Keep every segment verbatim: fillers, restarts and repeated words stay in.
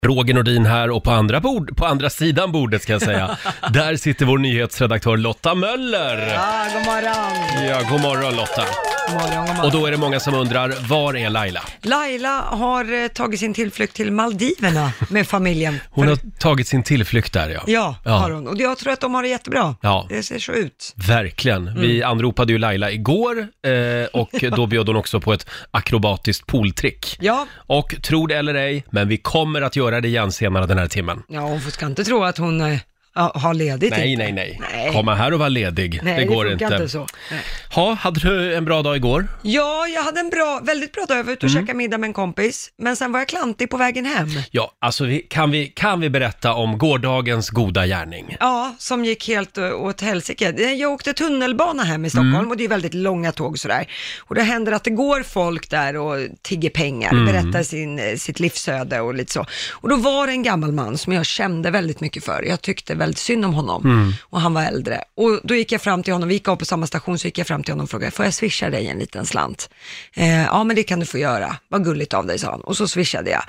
Roger Nordin här och på andra, bord, på andra sidan bordet ska jag säga. Där sitter vår nyhetsredaktör Lotta Möller. Ja, god morgon. Ja, god morgon Lotta. God morgon, god morgon. Och då är det många som undrar, var är Laila? Laila har eh, tagit sin tillflykt till Maldiverna med familjen. Hon För, har tagit sin tillflykt där, ja. ja, Ja. har hon. Och jag tror att de har det jättebra. Ja. Det ser så ut. Verkligen. Vi anropade ju Laila igår eh, och då bjöd hon också på ett akrobatiskt pooltrick. Ja. Och tro det eller ej, men vi kommer att göra det igen senare den här timmen. Ja, hon ska inte tro att hon eh, har ledigt. Nej, inte. nej, nej, nej. Komma här och vara ledig, Nej, det går det inte. inte så. Nej. Ha, hade du en bra dag igår? Ja, jag hade en bra, väldigt bra dag. Jag var ute och Mm. käkade middag med en kompis. Men sen var jag klantig på vägen hem. Ja, alltså vi, kan, vi, kan vi berätta om gårdagens goda gärning? Ja, som gick helt ö, åt helsike. Jag åkte tunnelbana hem i Stockholm Mm. och det är väldigt långa tåg sådär. Och det händer att det går folk där och tigger pengar, Mm. berättar sin, sitt livsöde och lite så. Och då var det en gammal man som jag kände väldigt mycket för. Jag tyckte väldigt synd om honom Mm. och han var äldre. Och då gick jag fram till honom, vi gick av på samma station, så gick jag fram till honom och frågade, får jag swisha dig en liten slant? Eh, ja, men det kan du få göra. Vad gulligt av dig, sa han. Och så swishade jag.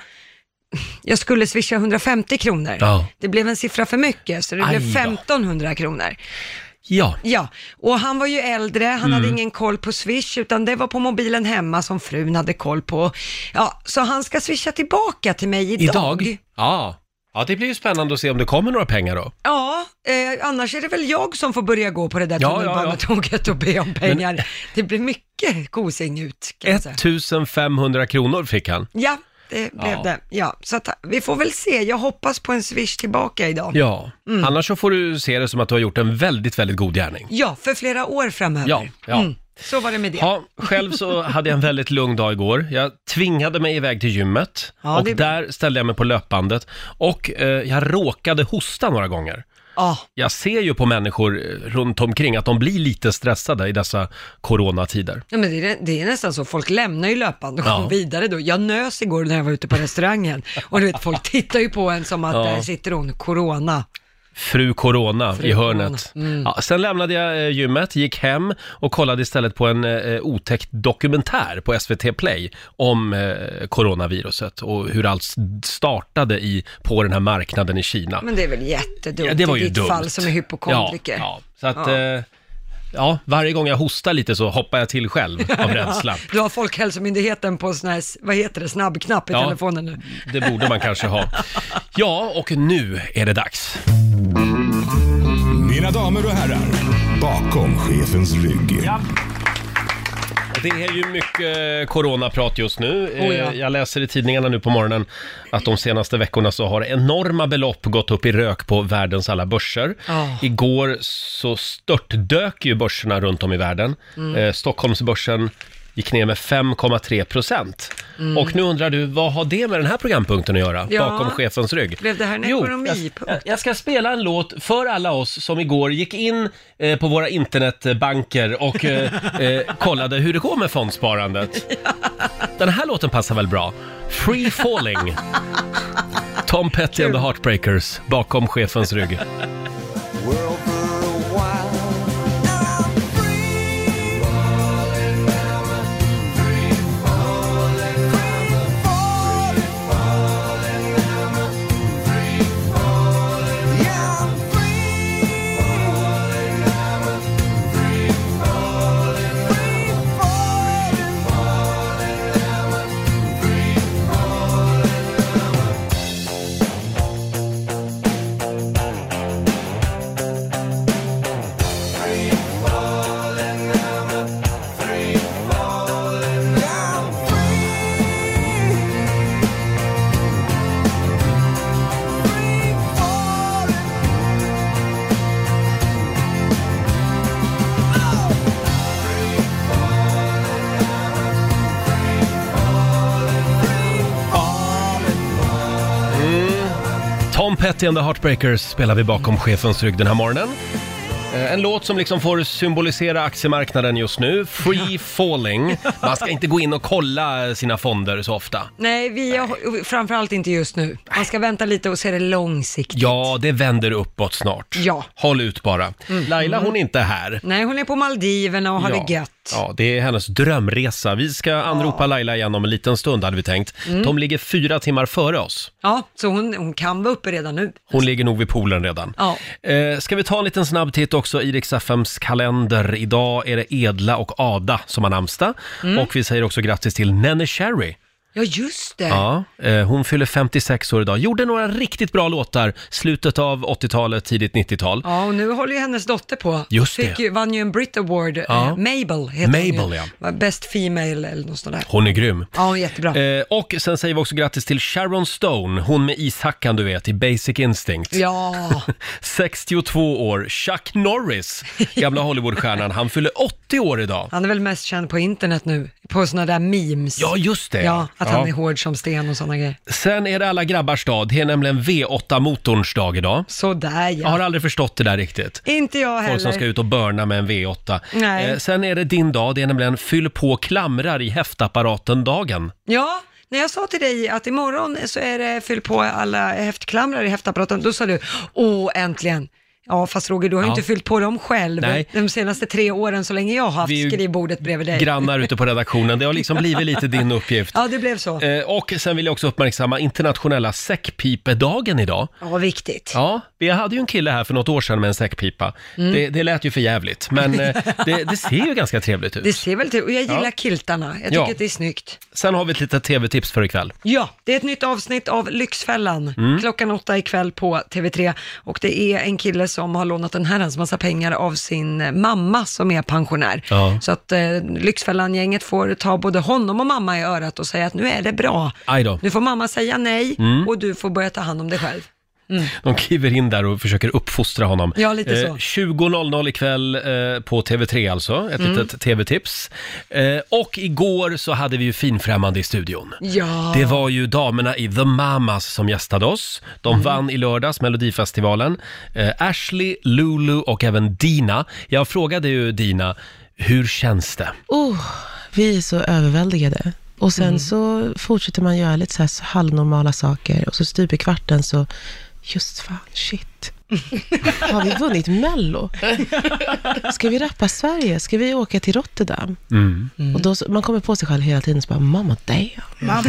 Jag skulle swisha hundrafemtio kronor. Ja. Det blev en siffra för mycket, så det Aj blev då. femtonhundra kronor. Ja. Ja, och han var ju äldre, han Mm. hade ingen koll på Swish, utan det var på mobilen hemma som frun hade koll på. Ja, så han ska swisha tillbaka till mig idag. Idag? Ja. Ja, det blir ju spännande att se om det kommer några pengar då. Ja, eh, annars är det väl jag som får börja gå på det där Ja, ja, ja. tunnelbanetåget och be om pengar. Det blir mycket kosing ut, kan jag säga. femtonhundra kronor fick han. Ja, det blev Ja. det. Ja, så att, vi får väl se. Jag hoppas på en Swish tillbaka idag. Ja, annars så får du se det som att du har gjort en väldigt, väldigt god gärning. Ja, för flera år framöver. Ja, ja. Mm, så var det med det. Ja, själv så hade jag en väldigt lugn dag igår. Jag tvingade mig iväg till gymmet Ja, och det- där ställde jag mig på löpbandet och eh, jag råkade hosta några gånger. Ja, Jag ser ju på människor eh, runt omkring att de blir lite stressade i dessa coronatider. ja men det är, det är nästan så. Folk lämnar ju löpande och Ja. går vidare då. Jag nös igår när jag var ute på restaurangen. Och du vet, folk tittar ju på en som att Ja. där sitter hon, corona. Fru Corona Fru i Corona. hörnet. Mm. Ja, sen lämnade jag eh, gymmet, gick hem och kollade istället på en eh, otäckt dokumentär på S V T Play om eh, coronaviruset och hur allt startade i, på den här marknaden i Kina. Men det är väl jättedumt Ja, det var i ju ditt dumt. fall som är hypokondriker. Ja, ja. Så att, Ja. ja. Eh, ja, varje gång jag hostar lite så hoppar jag till själv av rädsla. Du har Folkhälsomyndigheten på sån här, vad heter det, snabbknapp i Ja. telefonen nu. Det borde man kanske ha. Ja, och nu är det dags. Mina damer och herrar, bakom chefens rygg. Ja. Det är ju mycket coronaprat just nu. Oh ja. Eh, Jag läser i tidningarna nu på morgonen att de senaste veckorna så har enorma belopp gått upp i rök på världens alla börser. Ja. Igår så störtdök ju börserna runt om i världen. Mm. Eh, Stockholmsbörsen gick ner med fem komma tre procent. Och nu undrar du, vad har det med den här programpunkten att göra? Mm. Ja. Bakom chefens rygg? Blev det här en Jo, ekonomipunkt? jag, jag ska spela en låt för alla oss som igår gick in eh, på våra internetbanker och eh, eh, kollade hur det går med fondsparandet. Den här låten passar väl bra? Free Falling. Tom Petty and the Heartbreakers, bakom chefens rygg. Tom Petty and the Heartbreakers spelar vi bakom chefens rygg den här morgonen. Eh, En låt som liksom får symbolisera aktiemarknaden just nu. Free Falling. Man ska inte gå in och kolla sina fonder så ofta. Nej, vi har, framförallt inte just nu. Man ska vänta lite och se det långsiktigt. Ja, det vänder uppåt snart. Ja. Håll ut bara. Laila, hon är inte här. Nej, hon är på Maldiverna och har Ja. det gött. Ja, det är hennes drömresa. Vi ska anropa Laila igen om en liten stund hade vi tänkt. Mm. De ligger fyra timmar före oss. Ja, så hon, hon kan vara uppe redan nu. Hon ligger nog vid poolen redan. Ja. Eh, ska vi ta en liten snabb titt också i Rix F M:s kalender. Idag är det Edla och Ada som har namnsdag. Mm. Och vi säger också grattis till Neneh Cherry. Ja, just det. Ja, eh, hon fyller femtiosex år idag. Gjorde några riktigt bra låtar slutet av åttiotalet, tidigt nittiotal. Ja, och nu håller ju hennes dotter på. Just det. Fick ju, vann ju en Brit Award. Ja. Eh, Mabel heter Mabel, hon ju. ja. Best Female eller något sånt där. Hon är grym. Ja, hon är jättebra. Eh, och sen säger vi också grattis till Sharon Stone, hon med ishackan du vet, i Basic Instinct. Ja. sextiotvå år. Chuck Norris, gamla Hollywoodstjärnan, han fyller åttio år idag. Han är väl mest känd på internet nu, på såna där memes. Ja, just det. Ja, att Ja. han är hård som sten och såna grejer. Sen är det alla grabbars dag, det är nämligen V åtta-motorns dag idag. Sådär ja. Jag har aldrig förstått det där riktigt. Inte jag heller. Folk som ska ut och börna med en V åtta. Nej. Eh, sen är det din dag, det är nämligen fyll på klamrar i häftapparaten-dagen. Ja, när jag sa till dig att imorgon så är det fyll på alla häftklamrar i häftapparaten, då sa du, åh äntligen. Ja, fast Roger, du har ju Ja. inte fyllt på dem själv Nej. de senaste tre åren så länge jag har haft Vi är ju skrivbordet bredvid dig. Grannar ute på redaktionen, det har liksom blivit lite din uppgift. Ja, det blev så. Eh, och sen vill jag också uppmärksamma internationella säckpipedagen idag. Ja, viktigt. Ja, vi hade ju en kille här för något år sedan med en säckpipa. Det, det lät ju för jävligt, men eh, det, det ser ju ganska trevligt ut. Det ser väl till, och jag gillar Ja. kiltarna. Jag tycker Ja. att det är snyggt. Sen har vi ett litet tv-tips för ikväll. Ja, det är ett nytt avsnitt av Lyxfällan, Mm. klockan åtta ikväll på T V tre. Och det är en kille som har lånat en herrans massa pengar av sin mamma som är pensionär. Ja. Så att eh, Lyxfällan-gänget får ta både honom och mamma i örat och säga att nu är det bra. Aj då. Nu får mamma säga nej Mm. och du får börja ta hand om dig själv. De kliver in där och försöker uppfostra honom. Ja, lite så. tjugo noll noll ikväll eh, på T V tre alltså, ett Mm. litet tv-tips. Eh, och igår så hade vi ju finfrämmande i studion. Ja. Det var ju damerna i The Mamas som gästade oss. De Mm. vann i lördags Melodifestivalen. Eh, Ashley, Lulu och även Dina. Jag frågade ju Dina, hur känns det? Oh, vi är så överväldigade. Och sen Mm. så fortsätter man göra lite så här halvnormala saker. Och så stup i kvarten så, just fan, shit. Har vi vunnit Mello? Ska vi rappa Sverige? Ska vi åka till Rotterdam? Mm. Och då, så- man kommer på sig själv hela tiden och så bara, mamma damn. Mamma,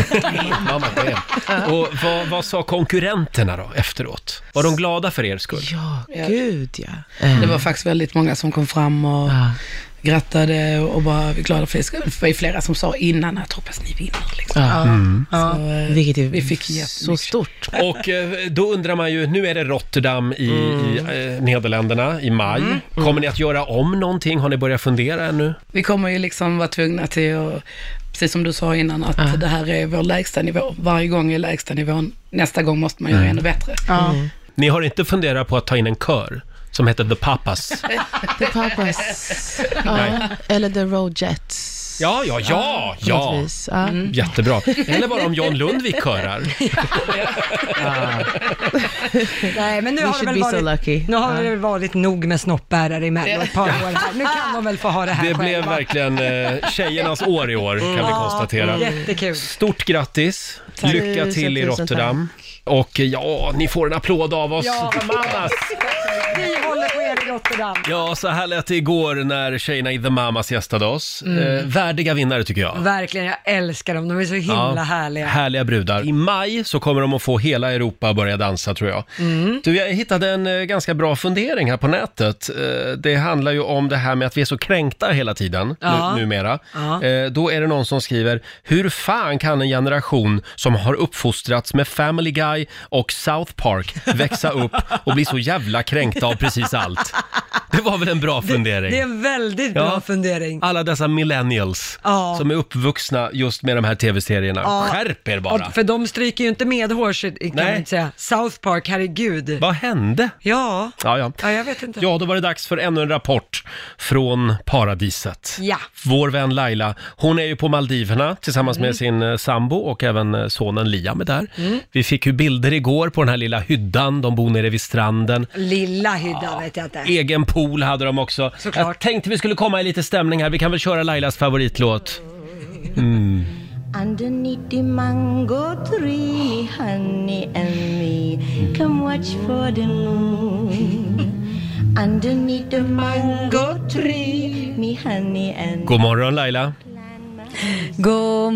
det. Och vad, vad sa konkurrenterna då efteråt? Var de glada för er skull? Ja, Ja. gud ja. Det var faktiskt väldigt många som kom fram och Ja. grattade och var glada för det. Det var ju flera som sa innan att hoppas ni vinner. Liksom. Ja. Så, eh, Vilket är vi fick så jättemycket. stort. Och eh, då undrar man ju, nu är det Rotterdam i, i eh, Nederländerna i maj. Kommer ni att göra om någonting? Har ni börjat fundera ännu? Vi kommer ju liksom vara tvungna till att, precis som du sa innan, att Ja. det här är vår lägsta nivå. Varje gång är lägsta nivån. Nästa gång måste man göra ännu bättre. Ja. Ni har inte funderat på att ta in en kör som heter The Papas? The Papas. Ja. Eller The Roadjets. Ja, ja, ja, På ja. något vis. Ja. Jättebra. Eller bara om John Lundvik körar. Nej, men nu We har det should väl be so varit, lucky. nu har Ja. det väl varit nog med snoppbärare i Mello ett par år här. Nu kan de väl få ha det här Det själva. blev verkligen eh, tjejernas år i år, kan vi konstatera. Jättekul. Stort grattis. Lycka Tusen, till i tusen Rotterdam. Och eh, ja, ni får en applåd av oss. Ja. Mamas. Vi håller på er i Rotterdam. Ja, så här lät det igår när tjejerna i The Mamas gästade oss. Eh, värdiga vinnare tycker jag. Verkligen, jag älskar dem. De är så himla Ja, härliga. Härliga brudar. I maj så kommer de att få hela Europa att börja dansa tror jag. Mm. Du, jag hittade en eh, ganska bra fundering här på nätet. Eh, det handlar ju om det här med att vi är så kränkta hela tiden Ja. nu, numera. Ja. Eh, då är det någon som skriver, hur fan kan en generation som har uppfostrats med Family Guy och South Park växa upp och bli så jävla kränkta av precis allt? Det var väl en bra fundering? Det är en väldigt Ja. bra fundering. Alla dessa millennials Ja. som är uppvuxna just med de här tv-serierna. Ja. Skärp er bara! Ja, för de stryker ju inte med hårs, kan Nej. man inte säga. South Park, herregud. Vad hände? Ja. Ja, ja. Ja, jag vet inte. Ja, då var det dags för ännu en rapport från paradiset. Ja. Vår vän Laila, hon är ju på Maldiverna tillsammans Mm. med sin eh, sambo och även eh, sonen Liam är där. Vi fick ju bilder igår på den här lilla hyddan, de bor nere vid stranden. Lilla hyddan vet jag inte. Egen pool hade de också. Såklart. Jag tänkte vi skulle komma i lite stämning här, vi kan väl köra Lailas favoritlåt. Underneath the mango tree, honey and me, come watch for the moon. underneath the mango tree, me honey and... God morgon Laila. God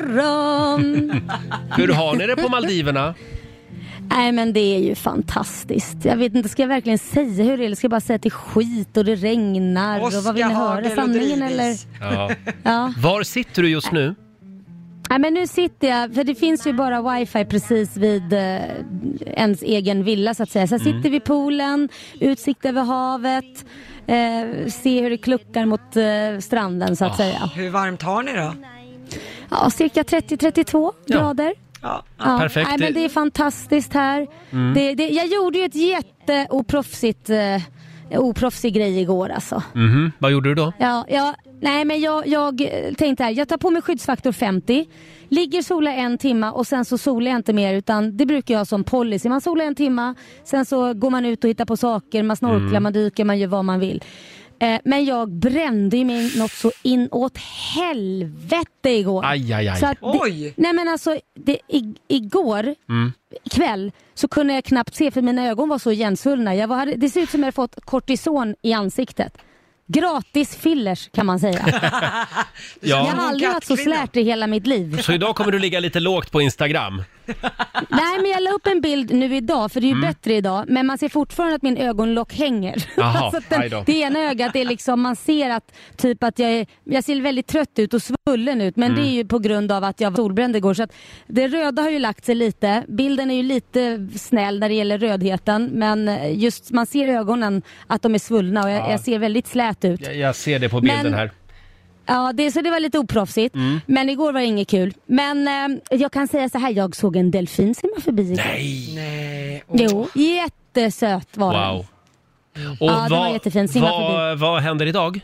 morgon! Hur har ni det på Maldiverna? Nej men det är ju fantastiskt. Jag vet inte, ska jag verkligen säga hur det är? Eller ska jag bara säga att det är skit och det regnar? Oskar och vad vill ni höra? Sanningen eller? Ja. Ja. Var sitter du just nu? Nej men nu sitter jag, för det finns ju bara wifi precis vid eh, ens egen villa så att säga. Så jag sitter Mm. vid poolen, utsikt över havet, eh, ser hur det kluckar mot eh, stranden så att Oh. säga. Hur varmt har ni då? Ja, cirka trettio till trettiotvå Ja. grader. Ja. Ja, Perfekt. Nej, men det är fantastiskt här. Det, det, jag gjorde ju ett jätteoproffsigt eh, oproffsig grej igår alltså. Mhm. Vad gjorde du då? Ja, ja, nej men jag, jag tänkte här, jag tar på mig skyddsfaktor femtio, ligger sola en timma och sen så solar jag inte mer, utan det brukar jag som policy. Man solar en timma, sen så går man ut och hittar på saker, man snorklar, Mm. man dyker, man gör vad man vill. Eh, men jag brände ju mig något så inåt helvete igår. Aj, aj, aj. Så att det, Oj! nej men alltså, det, i, igår Mm. kväll så kunde jag knappt se för mina ögon var så igensvullna. Jag var, det ser ut som jag hade fått kortison i ansiktet. Gratis fillers kan man säga. Ja. Jag har aldrig varit så slärt i hela mitt liv. Så idag kommer du ligga lite lågt på Instagram. Nej men jag la upp en bild nu idag, för det är ju Mm. bättre idag. Men man ser fortfarande att min ögonlock hänger. Jaha, Så att den, aj då. det ena ögat är liksom, man ser att typ att jag är, jag ser väldigt trött ut och svullen ut. Men Mm. det är ju på grund av att jag var solbränd igår. Så att det röda har ju lagt sig lite. Bilden är ju lite snäll när det gäller rödheten. Men just man ser ögonen att de är svullna och jag, Ja. jag ser väldigt slät ut. Jag, jag ser det på bilden Men- här. Ja, det, så det var lite oproffsigt. Mm. Men igår var det inget kul. Men eh, jag kan säga så här, jag såg en delfin simma förbi igår. Nej! Nej. åh. Jo, jättesöt var den. Wow. Och Ja, det var jättefint. Simma vad, vad händer idag?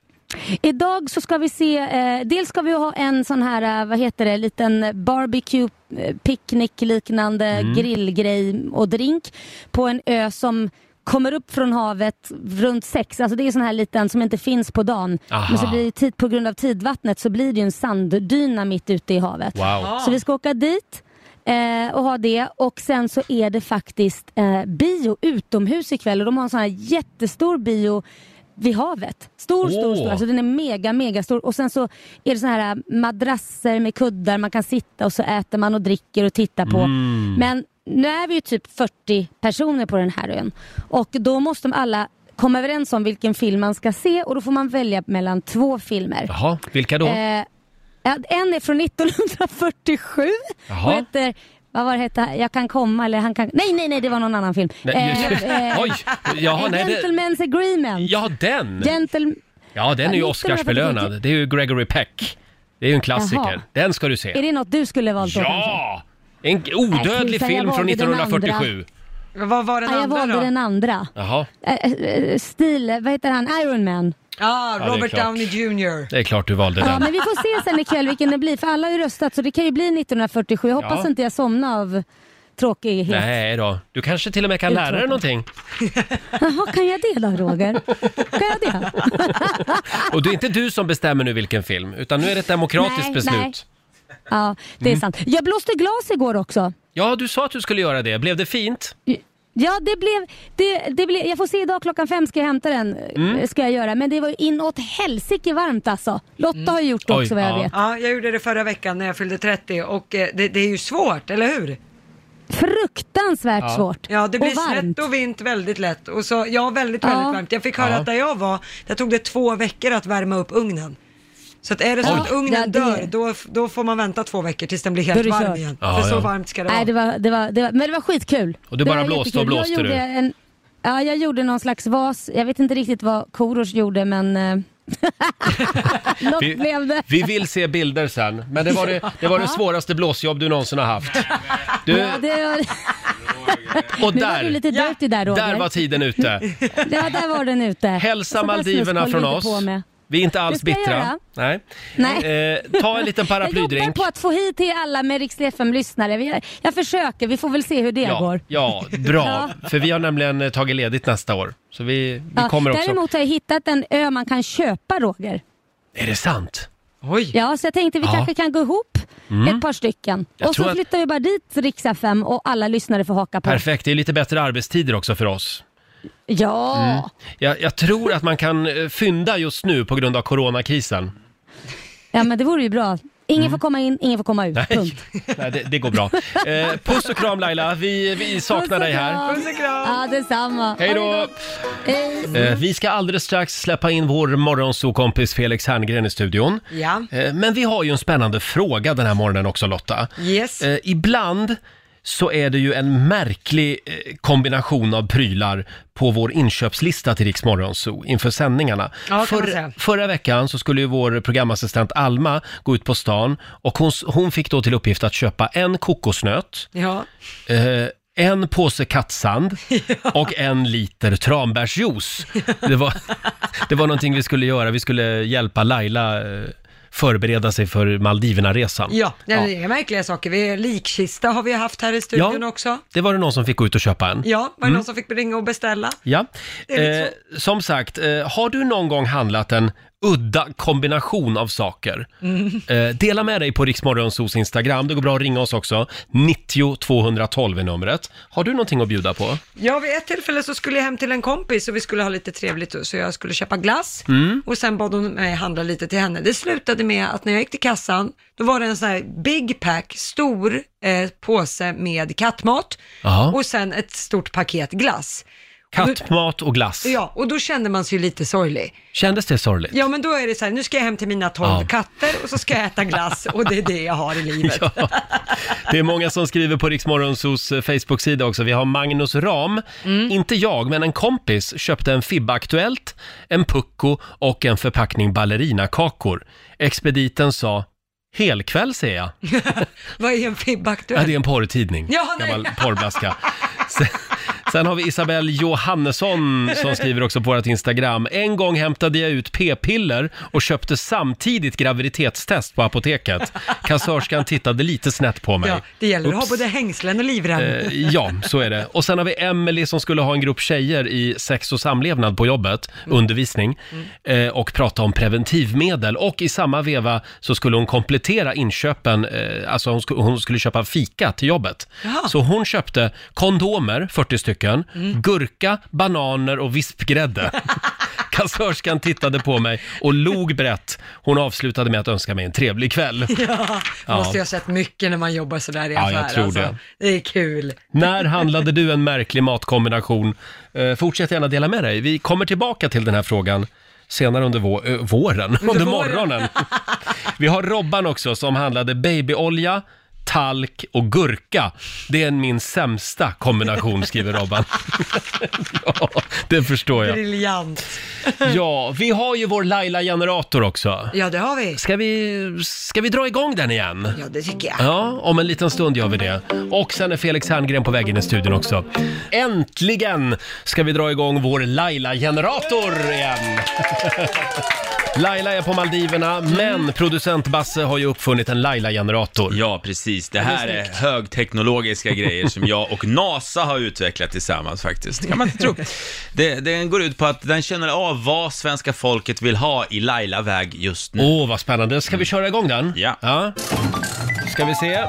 Idag så ska vi se, eh, dels ska vi ha en sån här, eh, vad heter det, liten barbecue, eh, picknick liknande Mm. grillgrej och drink på en ö som kommer upp från havet runt sex. Alltså det är sån här liten som inte finns på dagen. Aha. Men så blir det tid, på grund av tidvattnet så blir det ju en sanddyna mitt ute i havet. Wow. Så vi ska åka dit eh, och ha det. Och sen så är det faktiskt eh, bio utomhus ikväll. Och de har en sån här jättestor bio vid havet. Stor, Åh. stor, stor. Alltså den är mega, mega stor. Och sen så är det så här madrasser med kuddar. Man kan sitta och så äter man och dricker och tittar på. Mm. Men nu är vi ju typ fyrtio personer på den här ön. Och då måste de alla komma överens om vilken film man ska se. Och då får man välja mellan två filmer. Jaha, vilka då? Eh, ja, en är från nittonhundrafyrtiosju Jaha. och heter, vad var det hette? Jag kan komma eller han kan... Nej, nej, nej, det var någon annan film. Nej, just- eh, Oj, jaha, nej, det... Gentleman's Agreement. Ja, den! Gentle... Ja, den är ju Ja, Oscarsbelönad. Det är ju Gregory Peck. Det är ju en klassiker. Jaha. Den ska du Är se. det något du skulle valt då kanske? Ja! En odödlig Nej, film jag från valde den nittonhundrafyrtiosju. Vad var den Ja, jag andra valde då? den andra. Jaha, Eh, eh, stil, vad heter han? Iron Man. Ja, det är Robert klart. Downey junior det är klart du valde Ja, den. men vi får se sen ikväll vilken det blir. För alla har ju röstat så det kan ju bli nittonhundrafyrtiosju. Jag hoppas Ja. inte jag somnar av tråkighet. Nej då, du kanske till och med kan lära dig någonting. Jaha, kan jag det då Roger? Kan jag det? Och det är inte du som bestämmer nu vilken film, utan nu är det ett demokratiskt Nej, beslut. nej. Ja, det är Mm. sant. Jag blåste glas igår också. Ja, du sa att du skulle göra det. Blev det fint? Ja, det blev, det, det blev, jag får se idag klockan fem ska jag hämta den, Mm. ska jag göra. Men det var ju inåt helsike varmt alltså. Lotta har ju gjort det Oj, också vad jag ja. vet. Ja, jag gjorde det förra veckan när jag fyllde trettio och eh, det, det är ju svårt, eller hur? Fruktansvärt Ja. svårt. Ja, det blir och varmt. snett och vint väldigt lätt. Och så, ja, väldigt, väldigt Ja. varmt. Jag fick höra Ja. att där jag var, där tog det två veckor att värma upp ugnen. Så att är det så Oj. att ugnen Ja, det- dör, då, då får man vänta två veckor tills den blir Då är helt det varm kört. igen. Ja, För så ja. varmt ska det Nej, vara. det var, det var, det var, men det var skitkul. Och du Det bara var blåste och jättekul. blåste jag gjorde du. En, ja, jag gjorde någon slags vas. Jag vet inte riktigt vad Korosh gjorde, men eh, något Vi, blev det. vi vill se bilder sen, men det var det, det, var det svåraste blåsjobb du någonsin har haft. Du, Ja, det var, och nu var du där, lite dirty där Roger. där var tiden ute. Ja, där var den ute. Hälsa Så där Maldiverna snusk från håller vi oss. inte på med. Vi är inte alls Det ska jag bittra. göra. Nej. Nej. Eh, ta en liten Jag paraplydrink. jobbar på att få hit till alla med Rix F M-lyssnare. Jag, jag försöker, vi får väl se hur det Ja, går. ja, bra. För vi har nämligen eh, tagit ledigt nästa år. Så vi, vi Ja, kommer också. däremot har jag hittat en ö man kan köpa, Roger. Är det sant? Oj! Ja, så jag tänkte vi Ja. kanske kan gå ihop ett par stycken. Jag och så tror att- flyttar vi bara dit Rix F M och alla lyssnare får haka på. Perfekt, det är lite bättre arbetstider också för oss. Ja. Mm. Jag, jag tror att man kan eh, fynda just nu på grund av coronakrisen. Ja, men det vore ju bra. Ingen mm. får komma in, ingen får komma ut. Nej, punkt. Nej det, det går bra. Eh, puss och kram Laila, vi, vi saknar dig här. Puss och kram. Ja, detsamma. Hej då. Hej. Eh, vi ska alldeles strax släppa in vår morgonsokompis Felix Herngren i studion. Ja. Eh, men vi har ju en spännande fråga den här morgonen också, Lotta. Yes. Eh, ibland så är det ju en märklig eh, kombination av prylar på vår inköpslista till Rix Morgonzoo inför sändningarna. Ja, För, förra veckan så skulle ju vår programassistent Alma gå ut på stan och hon, hon fick då till uppgift att köpa en kokosnöt, Ja. eh, en påse kattsand och en liter tranbärsjuice. Det var, det var någonting vi skulle göra. Vi skulle hjälpa Laila eh, förbereda sig för Maldiverna-resan. Ja, det är Ja. märkliga saker. Vi är likkista har vi haft här i studion Ja. också. Det var det någon som fick gå ut och köpa en. Ja, var det någon som fick ringa och beställa? Ja, Det är eh, lite som sagt, eh, har du någon gång handlat en udda kombination av saker? Mm. Eh, dela med dig på Rix Morgonzoos Instagram, det går bra att ringa oss också. nittio tvåhundratolv är numret. Har du någonting att bjuda på? Ja, vid ett tillfälle så skulle jag hem till en kompis och vi skulle ha lite trevligt, så jag skulle köpa glass Mm. och sen bad hon mig handla lite till henne. Det slutade med att när jag gick till kassan, då var det en sån här big pack, stor eh, påse med kattmat Jaha. och sen ett stort paket glass. Kattmat och glass. Ja, och då kände man sig ju lite sorglig. Kändes det sorgligt? Ja, men då är det så här, nu ska jag hem till mina tolv Ja. katter och så ska jag äta glass och det är det jag har i livet. Ja. Det är många som skriver på Rix Morgonzoos Facebook-sida också. Vi har Magnus Ram. Mm. Inte jag, men en kompis köpte en Fibba-aktuellt, en Pucko och en förpackning ballerinakakor. Expediten sa: helkväll ser jag. Vad är en Fibba-aktuell? Ja, det är en porrtidning. Ja, nej. Gammal porrblaska. Sen, sen har vi Isabelle Johannesson som skriver också på vårt Instagram. En gång hämtade jag ut p-piller och köpte samtidigt graviditetstest på apoteket. Kassörskan tittade lite snett på mig. Ja, det gäller att ha Ups. både hängslen och livrem. Eh, ja, så är det. Och sen har vi Emily som skulle ha en grupp tjejer i sex och samlevnad på jobbet, Mm. undervisning, eh, och prata om preventivmedel. Och i samma veva så skulle hon komplettera inköpen, eh, alltså hon, sk- hon skulle köpa fika till jobbet. Jaha. Så hon köpte kondomer, fyrtio stycken, gurka, bananer och vispgrädde. Kassörskan tittade på mig och log brett. Hon avslutade med att önska mig en trevlig kväll. Ja, Ja. måste jag ha sett mycket när man jobbar sådär i Ja, affär. jag tror alltså. det. Det är kul. När handlade du en märklig matkombination? Eh, fortsätt gärna dela med dig. Vi kommer tillbaka till den här frågan senare under vå- äh, våren, under våren. morgonen. Vi har Robban också som handlade babyolja, talk och gurka. Det är min sämsta kombination, skriver Robban. Ja, det förstår jag. Briljant. Ja, vi har ju vår Laila-generator också. Ja, det har vi. Ska vi, ska vi dra igång den igen? Ja, det tycker jag. Ja, om en liten stund gör vi det. Och sen är Felix Herngren på väg in i studion också. Äntligen ska vi dra igång vår Laila-generator igen. Laila är på Maldiverna, men producent Basse har ju uppfunnit en Laila-generator. Ja, precis. Det här är högteknologiska grejer som jag och NASA har utvecklat tillsammans faktiskt. Kan man inte tro. Det, den går ut på att den känner av vad svenska folket vill ha i Laila-väg just nu. Åh, vad spännande. Ska vi köra igång den? Ja. Ja. Ska vi se.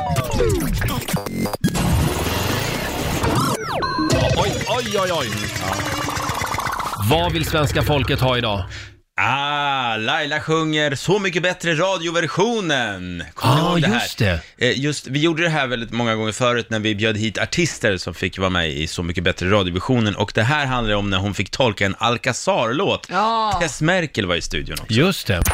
Oj, oj, oj, oj. Vad vill svenska folket ha idag? Ah, Laila sjunger Så mycket bättre radioversionen. Kommer ni Ah, ihåg det här? just det. Eh, Just, vi gjorde det här väldigt många gånger förut när vi bjöd hit artister som fick vara med i Så mycket bättre radioversionen. Och det här handlar om när hon fick tolka en Alcazar-låt. Ja. Tess Merkel var i studion också. Just det.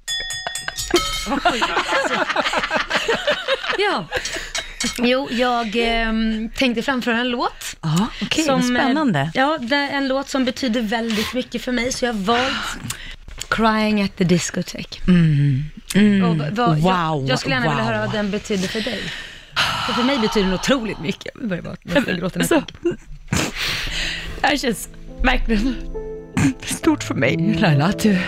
Ja. Jo, jag eh, tänkte framföra en låt. Ja, okej, som, vad spännande. eh, Ja, det är en låt som betyder väldigt mycket för mig, så jag har valt Crying at the Discotheque. Mm. Mm. Och vad, wow, jag, jag skulle gärna wow. vilja höra vad den betyder för dig. För, för mig betyder den otroligt mycket. Vi börjar bara med låten. Alltså, det här känns verkligen stort för mig, Laila, att du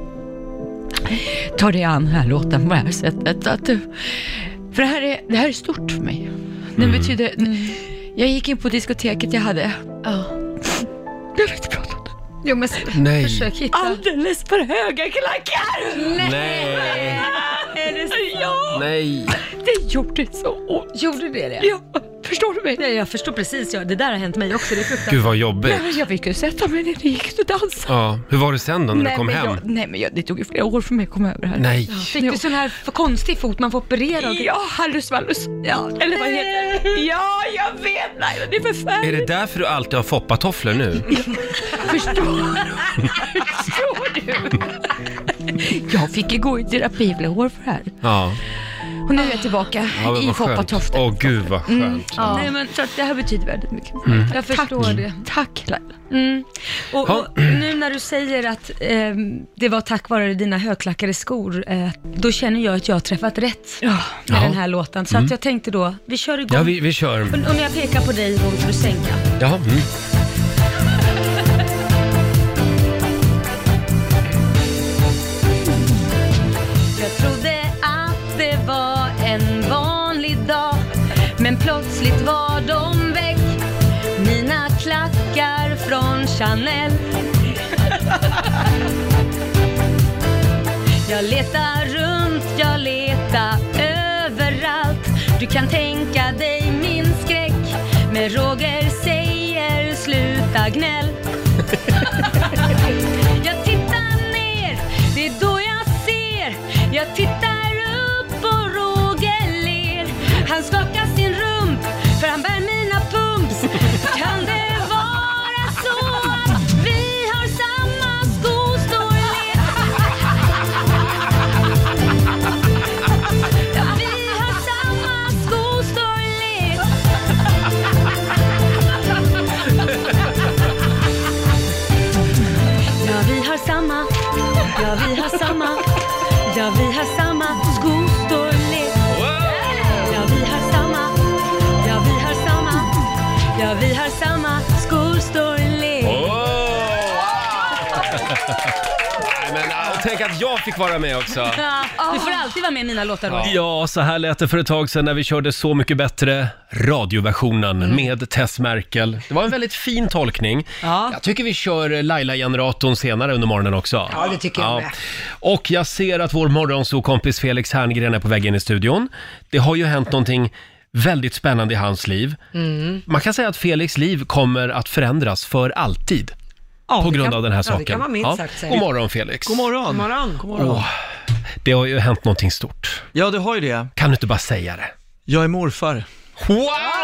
tar dig an den här låten på det här sättet. Att du, för det här, är, det här är stort för mig. Det Mm. betyder, jag gick in på diskoteket jag hade. Ja. Jag vill inte prata om det. Jo, men Nej. försök hitta. Alldeles för höga klackar! Nej. Är det så? Ja, Nej. det gjorde så ont. Gjorde det det? Ja, Förstår du mig? Nej, jag förstår precis, ja. Det där har hänt mig också, det är fruktansvärt. Gud vad jobbigt. Nej, men jag fick ju sätta mig ner, det gick och dansa. Ja, hur var det sen då när du kom men hem? Jag, nej men jag, det tog ju flera år för mig att komma över här. Nej. Fick du sån här för konstig fot man får operera? Ja, hallus vallus. Ja, eller vad heter det? Ja, jag vet. Nej, det är förfärligt. Är det därför du alltid har foppatofflor nu? Förstår du? Förstår du? Jag fick ju gå i terapi i flera år för det här. Ja. Och nu är jag tillbaka Ja, i vad skönt. foppatoften. Åh gud vad skönt. Mm, ja. Nej, men så att det här betyder väldigt mycket. Mm. Jag förstår Tack. det. Tack Laila. Mm. Och, Ja. och nu när du säger att eh, det var tack vare dina högklackade skor, eh, då känner jag att jag har träffat rätt Ja. med Ja. den här låten. Så att jag tänkte då, vi kör igång. Ja, vi, vi kör. Och, och när jag pekar på dig, då får du sänka. Ja, mm. Jag trodde att det var en vanlig dag, men plötsligt var de väck, mina klackar från Chanel. Jag letar runt, jag letar överallt. Du kan tänka dig min skräck, men Roger säger sluta gnäll. Jag tittar ner, det är då jag ser. Jag tittar upp och Roger ler. Han skakar sin rump, för han bär mina pumps. Kan det vara så att vi har samma skostorlek? Ja, vi har samma skostorlek. Ja, vi har samma. Ja, vi har samma. Ja, vi har samma skostorlek. Ja, vi har samma. Ja, vi har samma. Ja, vi har samma skostorlek. Nej, men, äh, tänk att jag fick vara med också. Du får alltid vara med i mina låtar då. Ja, så här lät det för ett tag sedan när vi körde Så mycket bättre radioversionen med Tess Merkel. Det var en väldigt fin tolkning. Ja. Jag tycker vi kör Laila-generatorn senare under morgonen också. Ja, det tycker jag med. Och jag ser att vår morgonsokompis Felix Herngren är på väg in i studion. Det har ju hänt någonting väldigt spännande i hans liv. Mm. Man kan säga att Felix liv kommer att förändras för alltid. Ja, På det grund kan- av den här ja, saken. det kan man minst sagt säga. God morgon Felix. God morgon. God morgon. God morgon. Åh, det har ju hänt någonting stort. Ja, det har ju det. Kan du inte bara säga det? Jag är morfar. Wow!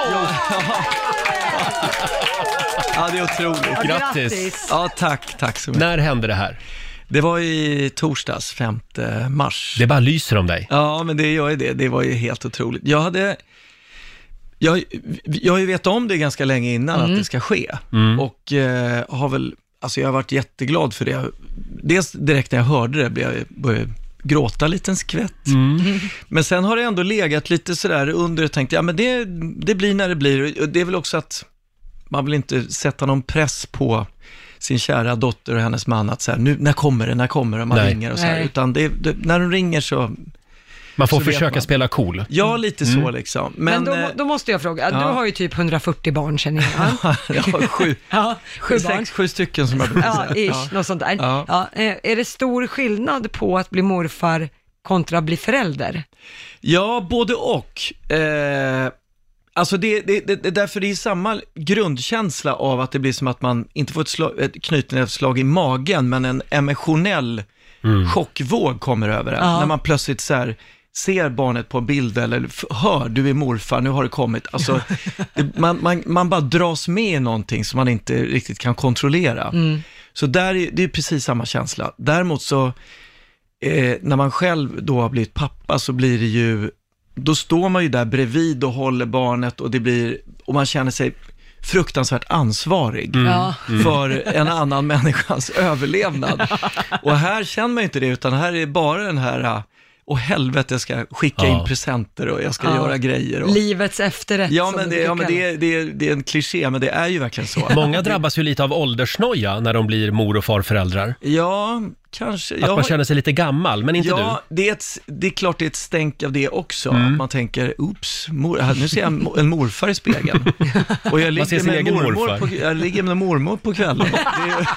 Ja, det är otroligt. Grattis! Ja, tack. Tack så mycket. När hände det här? Det var i torsdags, femte mars. Det bara lyser om dig. Ja, men det gör ju det. Det var ju helt otroligt. Jag hade... Jag, jag har ju vetat om det ganska länge innan Mm. att det ska ske. Mm. Och eh, har väl... Alltså jag har varit jätteglad för det. Dels direkt när jag hörde det blev jag började gråta lite en skvätt. Mm. Men sen har det ändå legat lite sådär under och tänkte, ja men det, det blir när det blir. Och det är väl också att man vill inte sätta någon press på sin kära dotter och hennes man att säga, nu, när kommer det, när kommer det, man Nej. ringer och så här. Nej. Utan det, det, när de ringer så, Man får Så vet försöka man. spela cool. ja lite så liksom. Men, Men, då, eh, då måste jag fråga, ja. du har ju typ hundrafyrtio barn känner jag. jag har sju, Ja, sju barn. sex, sju stycken som jag brukar Ja, säga. ish, något sånt där. Ja. Ja. eh, är det stor skillnad på att bli morfar kontra bli förälder? Ja, både och. Eh, alltså det, det, det, det, därför det är samma grundkänsla av att det blir som att man inte får ett, slag, ett knytnävsslag i magen, men en emotionell chockvåg kommer över en. Ja. När man plötsligt så här, ser barnet på en bild eller f- hör, du är morfar, nu har det kommit. Alltså, det, man, man, man bara dras med i någonting som man inte riktigt kan kontrollera. Så där är, det är precis samma känsla. Däremot så, eh, när man själv då har blivit pappa så blir det ju, då står man ju där bredvid och håller barnet och det blir, och man känner sig fruktansvärt ansvarig Ja. för en annan människas överlevnad. Och här känner man ju inte det, utan här är bara den här, och helvete, jag ska skicka Ja. in presenter och jag ska Ja. göra grejer. Och, Livets efterrätt. ja, som men, du det, ja, men brukar- det, är, det, är, det är en kliché, men det är ju verkligen så. Många drabbas ju lite av åldersnoja när de blir mor- och farföräldrar. Ja, kanske. Att Jag man har- känner sig lite gammal, men inte ja, det är, ett, det är klart det är ett stänk av det också. Mm. Att man tänker, oops, mor, här, nu ser jag en, en morfar i spegeln. Och jag Man ser ligger, sin med egen mormor morfar. på, jag ligger med mormor på kvällen. Det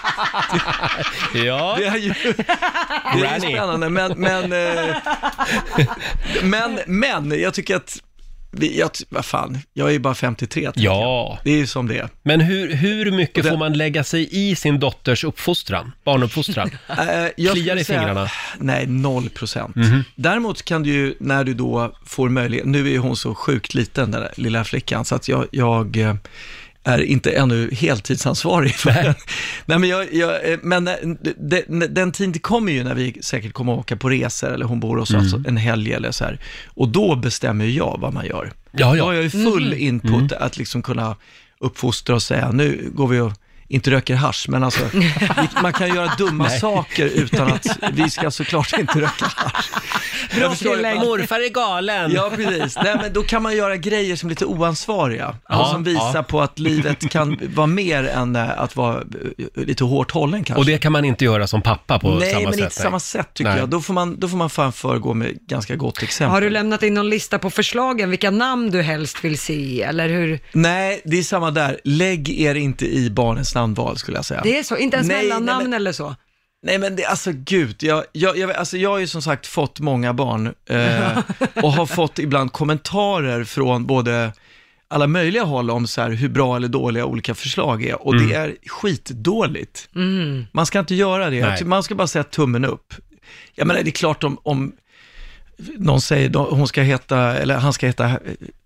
är, Ja, det är ju, det är ju Granny. spännande, men, men, eh, men, men jag tycker att vi, jag, vad fan, jag är ju bara femtiotre. Ja. Det är ju som det är. Men hur, hur mycket det, får man lägga sig i sin dotters uppfostran, barnuppfostran? äh, jag Kliar i säga, fingrarna? Nej, noll procent. Mm-hmm. Däremot kan du ju, när du då får möjlighet, nu är ju hon så sjukt liten, den där lilla flickan, så att jag, jag är inte ännu heltidsansvarig för den. Nej, men jag, jag, men den, den tiden kommer ju när vi säkert kommer att åka på resor, eller hon bor hos oss mm. en helg eller så här. Och då bestämmer jag vad man gör. Ja, ja. Då har jag ju full Mm. input Mm. att liksom kunna uppfostra och säga, nu går vi och inte röker hasch, men alltså vi, man kan göra dumma Nej. saker utan att vi ska såklart inte röka hasch. Bra tillägg. Morfar är galen. Ja, precis. Nej, men då kan man göra grejer som är lite oansvariga Ja, och som visar ja. på att livet kan vara mer än äh, att vara äh, lite hårt hållen kanske. Och det kan man inte göra som pappa på Nej, samma men sätt. inte samma sätt tycker Nej. jag. Då får man, då får man fan föregå med ganska gott exempel. Har du lämnat in någon lista på förslagen, vilka namn du helst vill se, eller hur? Nej, det är samma där. Lägg er inte i barnens namnval, skulle jag säga. Det är så, inte ens Nej, mellannamn nej, men- eller så? Nej, men det, alltså gud, jag, jag, jag, alltså, jag har ju som sagt fått många barn eh, och har fått ibland kommentarer från både alla möjliga håll om så här, hur bra eller dåliga olika förslag är, och Mm. det är skitdåligt. Mm. Man ska inte göra det, Nej. man ska bara säga tummen upp. Jag menar, det är klart om, om någon säger då, hon ska heta, eller han ska heta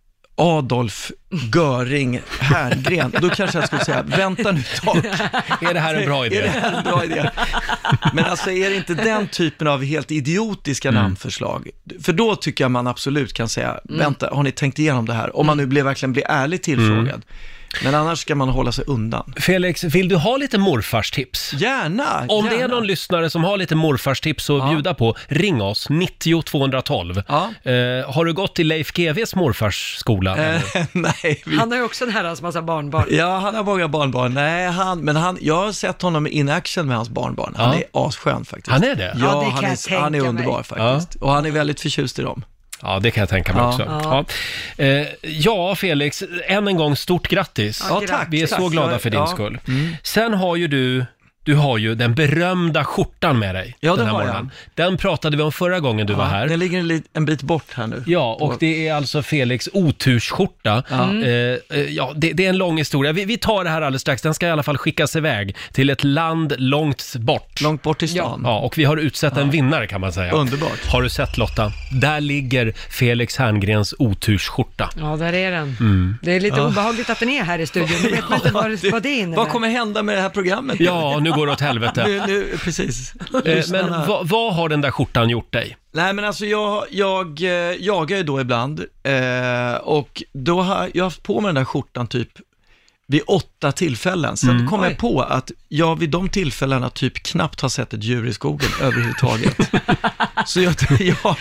Adolf Göring Herngren, då kanske jag skulle säga, vänta nu ett tag. Är det här en bra idé? Är det här en bra idé? Men alltså, är det inte den typen av helt idiotiska Mm. namnförslag? För då tycker jag man absolut kan säga, vänta, har ni tänkt igenom det här? Om man nu blir, verkligen blir ärligt tillfrågad. Mm. Men annars ska man hålla sig undan. Felix, vill du ha lite morfars tips? Gärna! Om gärna. det är någon lyssnare som har lite morfars tips att Ja. bjuda på, ring oss, nittio tvåhundratolv. Ja. Eh, har du gått till Leif G W:s morfars skola? Eh, nej, vi... Han har ju också en herrans massa barnbarn. Ja, han har många barnbarn. Nej, han, men han, jag har sett honom in action med hans barnbarn. Han Ja. är asskön faktiskt. Han är det? Ja, Ja, det kan han, jag är, han är tänka underbar mig. faktiskt. Och han är väldigt förtjust i dem. Ja, det kan jag tänka mig Ja. också. Ja. Eh, ja, Felix, än en gång stort grattis. Ja, tack. Vi är tack. så glada för din Ja. skull. Mm. Sen har ju du, du har ju den berömda skjortan med dig. Ja, den det här har jag. morgonen. Den pratade vi om förra gången du var här. Den ligger en, lit- en bit bort här nu. Ja, och det är alltså Felix otursskjorta. Ja. Eh, eh, ja, det, det är en lång historia. Vi, vi tar det här alldeles strax. Den ska i alla fall skickas iväg till ett land långt bort. Långt bort i stan. Ja, och vi har utsett en vinnare kan man säga. Underbart. Har du sett Lotta? Där ligger Felix Herngrens otursskjorta. Ja, där är den. Mm. Det är lite Ja. obehagligt att den är här i studion. Nu vet man inte vad, det- vad det innebär. Vad kommer hända med det här programmet? Ja, nu går det åt helvete. Nu, nu, precis. Eh, men Lyssnarna- vad, vad har den där skjortan gjort dig? Nej, men alltså jag, jag eh, jagar ju då ibland eh, och då har jag haft på mig den där skjortan typ vid åtta tillfällen. Sen Mm. kom Oj. jag på att jag vid de tillfällena typ knappt har sett ett djur i skogen överhuvudtaget. Så jag, jag,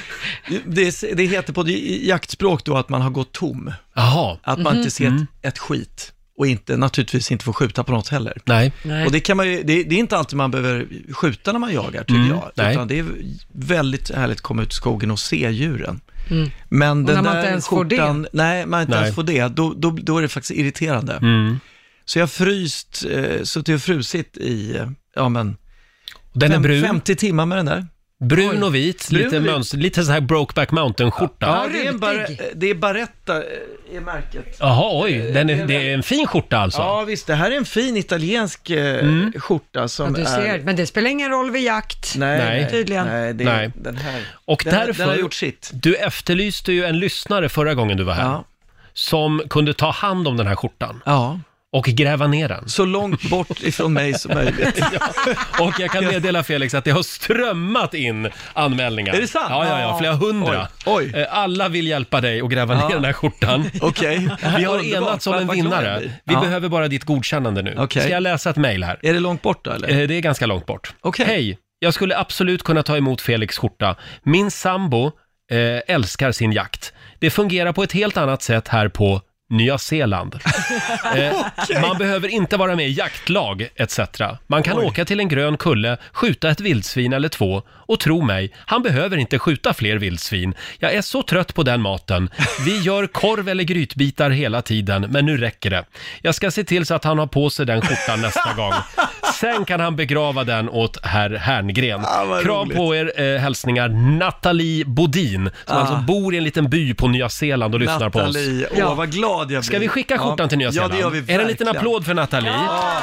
det, det heter på jaktspråk då att man har gått tom. Jaha. Att man inte ser Mm. ett, ett skit. Och inte, naturligtvis inte får skjuta på något heller. Nej. Nej. Och det kan man ju, det, det är inte alltid man behöver skjuta när man jagar, tycker Mm, jag. nej. Utan det är väldigt härligt att komma ut i skogen och se djuren. Mm. Men Och den när man där inte ens får skjortan, nej, man inte Nej. ens får det, då, då, då är det faktiskt irriterande. Mm. Så jag har fryst, eh, suttit och frusit i, eh, ja men, Den är fem- brun, femtio timmar med den där. brun och vit, Brun lite och vit. mönster, lite så här Brokeback Mountain-skjorta. Ja, det är, en bar, rutig. det är Baretta eh, är märket. Jaha, oj, den är, det är en fin skjorta alltså. Ja visst, det här är en fin italiensk eh, Mm. skjorta Ja, som du ser. är... Men det spelar ingen roll vid jakt. Nej, Nej. Tydligen. Nej, det, Nej. den här. Och Den, därför, den har gjort sitt. du efterlyste ju en lyssnare förra gången du var här, Ja. som kunde ta hand om den här skjortan ja, och gräva ner den. så långt bort ifrån mig som möjligt. Och jag kan meddela Felix att det har strömmat in anmälningar. Är det sant? Ja, ja, ja, flera hundra. Oj, oj. Eh, Alla vill hjälpa dig att gräva Ja. ner den här skjortan. Okej. Vi har Underbart. enats om Vad- en vad glad jag vinnare. blir. Vi Ja. behöver bara ditt godkännande nu. Okej. Ska jag läsa ett mejl här? Är det långt bort då, eller? Eh, Det är ganska långt bort. Okej. Hej, jag skulle absolut kunna ta emot Felix skjorta. Min sambo eh, älskar sin jakt. Det fungerar på ett helt annat sätt här på Nya Zeeland. eh, man behöver inte vara med i jaktlag et cetera. Man kan Oj. åka till en grön kulle, skjuta ett vildsvin eller två och tro mig, han behöver inte skjuta fler vildsvin. Jag är så trött på den maten. Vi gör korv eller grytbitar hela tiden, men nu räcker det. Jag ska se till så att han har på sig den skjortan nästa gång. Sen kan han begrava den åt herr Herngren. Ah, Kram roligt. på er, eh, hälsningar Nathalie Bodin, som Ah. alltså bor i en liten by på Nya Zeeland och lyssnar på oss. Nathalie, åh Ja. vad glad jag blir. Ska vi skicka skjortan Ja. till Nya Ja, Zeeland? det gör vi Är det en liten verkligen. applåd för Nathalie?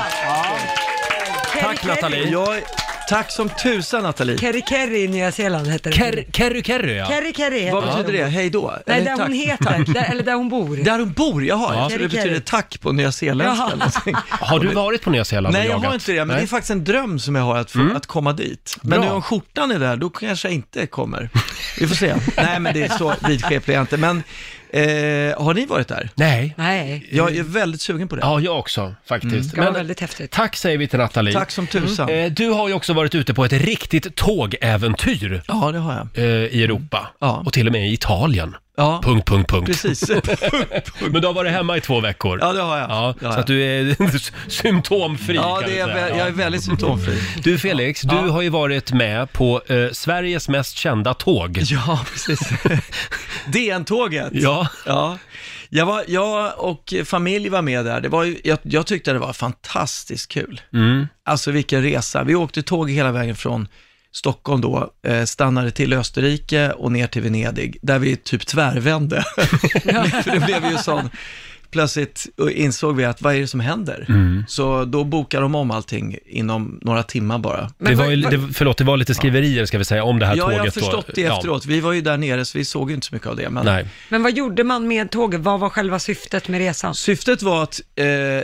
Tack Nathalie. Jag, tack som tusan Nathalie. Kerry Kerry i Nya Zeeland heter det. Ker- Kerry Kerry, ja. Kerry Kerry heter Vad det. betyder det? Hej då? Nej, Eller där tack? hon heter, där, eller där hon bor. Där hon bor, jaha. Ja. Jag tror det Kerry, betyder Kerry. tack på nya zeeländska Jaha. eller någonting. Har du varit på Nya Zeeland Nej, och jag jagat? har inte det, men Nej. det är faktiskt en dröm som jag har att, få, Mm. att komma dit. Men Bra. nu om skjortan är där, då kanske jag inte kommer. Vi får se. Nej, men det är så vidskeplig jag inte. Men eh, har ni varit där? Nej. Nej, Jag är väldigt sugen på det. Ja, jag också faktiskt. det var Men väldigt häftigt. tack säger vi till Nathalie. Tack som tusan. Eh, Du har ju också varit ute på ett riktigt tågäventyr Ja, det har jag. eh, i Europa. Ja. Och till och med i Italien. Ja, Punkt, punkt, punkt. precis. Men du har varit hemma i två veckor. Ja, det har jag. Ja, Det har så att du är symptomfri Ja, kan det vi är, säga. vä- jag är väldigt symptomfri. Du Felix, du har ju varit med på eh, Sveriges mest kända tåg. Ja, precis. D N-tåget. Ja. Ja. Jag, var, jag och familj var med där. Det var ju, jag, jag tyckte det var fantastiskt kul. Mm. Alltså vilken resa. Vi åkte tåg hela vägen från Stockholm då, eh, stannade till Österrike och ner till Venedig, där vi typ tvärvände. För det blev ju sån, plötsligt insåg vi att vad är det som händer? Mm. Så då bokade de om allting inom några timmar bara. Det var, ju, det, förlåt, det var lite skriverier ska vi säga om det här Ja, tåget. jag har förstått då. det efteråt. Vi var ju där nere så vi såg ju inte så mycket av det. Men Nej. Men vad gjorde man med tåget? Vad var själva syftet med resan? syftet var att eh,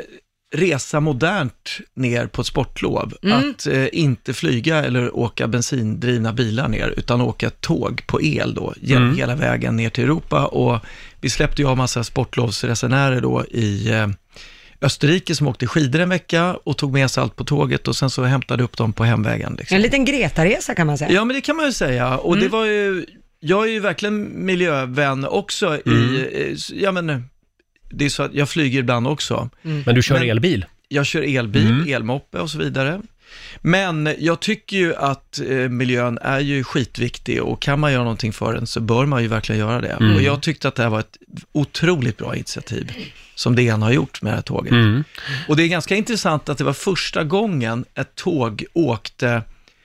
resa modernt ner på ett sportlov. Mm. Att eh, inte flyga eller åka bensindrivna bilar ner, utan åka tåg på el då, genom Mm. hela vägen ner till Europa. Och vi släppte ju av massa sportlovsresenärer då i eh, Österrike som åkte skidor en vecka och tog med sig allt på tåget och sen så hämtade upp dem på hemvägen. Liksom. En liten Greta-resa kan man säga. Ja, men det kan man ju säga. Och det var ju, jag är ju verkligen miljövän också i, eh, ja men, det är så att jag flyger ibland också. Men du kör Men- elbil? Jag kör elbil, Mm. elmoppe och så vidare. Men jag tycker ju att eh, miljön är ju skitviktig och kan man göra någonting för den så bör man ju verkligen göra det. Mm. Och jag tyckte att det här var ett otroligt bra initiativ som D N har gjort med det här tåget. Mm. Och det är ganska intressant att det var första gången ett tåg åkte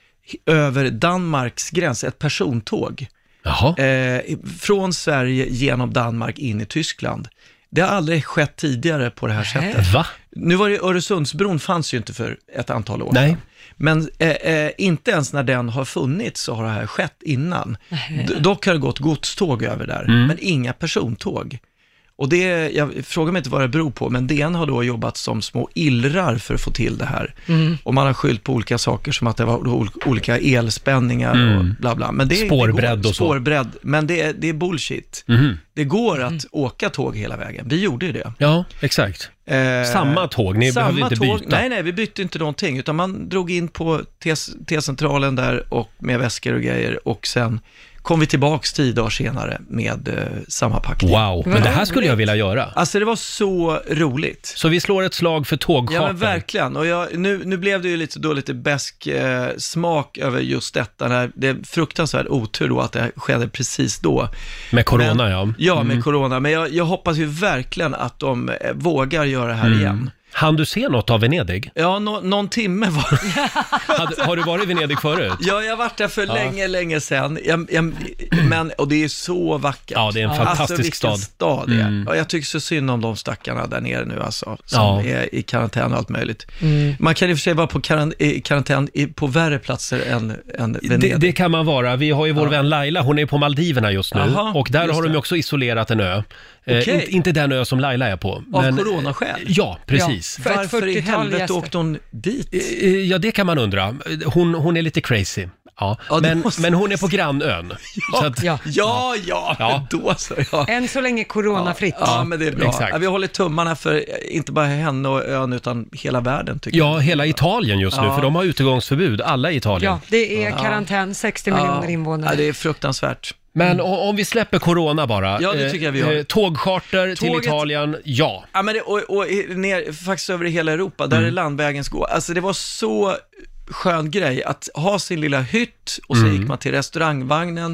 över Danmarks gräns, ett persontåg. Jaha. Eh, från Sverige genom Danmark in i Tyskland. Det har aldrig skett tidigare på det här sättet. Va? Nu var det Öresundsbron fanns ju inte för ett antal år Nej. sedan. Men eh, eh, inte ens när den har funnits så har det här skett innan. D- dock har det gått godståg över där, Mm. men inga persontåg. Och det, jag frågar mig inte vad det beror på, men D N har då jobbat som små illrar för att få till det här. Och man har skyllt på olika saker som att det var ol- olika elspänningar Mm. och bla bla. Men det, Spårbredd det går, och så. Spårbredd, men det, är- det är bullshit. Mhm. Det går att åka tåg hela vägen. Vi gjorde ju det. Ja, exakt. Eh, Samma tåg, ni samma behövde inte tåg. byta. Nej, nej, vi bytte inte någonting, utan man drog in på T- T-centralen där och med väskor och grejer och sen kom vi tillbaks tio dagar senare med eh, samma packning. Wow, men det här skulle jag vilja göra. Alltså det var så roligt. Så vi slår ett slag för Ja tågcharter. men verkligen, och jag, nu, nu blev det ju lite, då lite besk eh, smak över just detta. När det är fruktansvärd otur då att det skedde precis då. Med corona, Men- ja. Ja, med Mm. corona. Men jag, jag hoppas ju verkligen att de eh, vågar göra det här Mm. igen. Han du se något av Venedig? Ja, nå, någon timme var Hade, har du varit i Venedig förut? Ja, jag har varit där för Ja. länge, länge sedan. Jag, jag, men, och det är så vackert. Ja, det är en fantastisk alltså, vilken stad. stad det är. Mm. Och jag tycker så synd om de stackarna där nere nu alltså, som Ja. är i karantän och allt möjligt. Mm. Man kan i och för sig vara på karan- i karantän i, på värre platser än, än Det, Venedig. det kan man vara. Vi har ju vår vän Laila, hon är på Maldiverna just nu. Jaha, och där just har de det. ju också isolerat en ö. Eh, Okej. inte, inte den ö som Laila är på. Av coronaskäl? Ja, precis. För ett Varför i fyrtiotal helvete gäster. åkte hon dit? Eh, Ja, det kan man undra. Hon, hon är lite crazy. Ja. Ja, det men, måste- men hon är på grannön. Så att, Ja. Ja, ja, Ja. då så. Ja. Än så länge coronafritt. Ja, men det är bra. Exakt. Ja, vi håller tummarna för eh, inte bara henne och ön utan hela världen tycker ja, hela Italien just nu, Ja. för de har utegångsförbud, alla i Italien. Ja, det är karantän, sextio jag. miljoner invånare. Ja, det är fruktansvärt. Men o- om vi släpper corona bara. Ja, det eh, tycker jag vi gör. eh, Tågcharter till Tåget- Italien, ja. Ja, men det, och, och i- ner, faktiskt över hela Europa, där är landvägens gå. Alltså det var så skön grej att ha sin lilla hytt och så gick man till restaurangvagnen,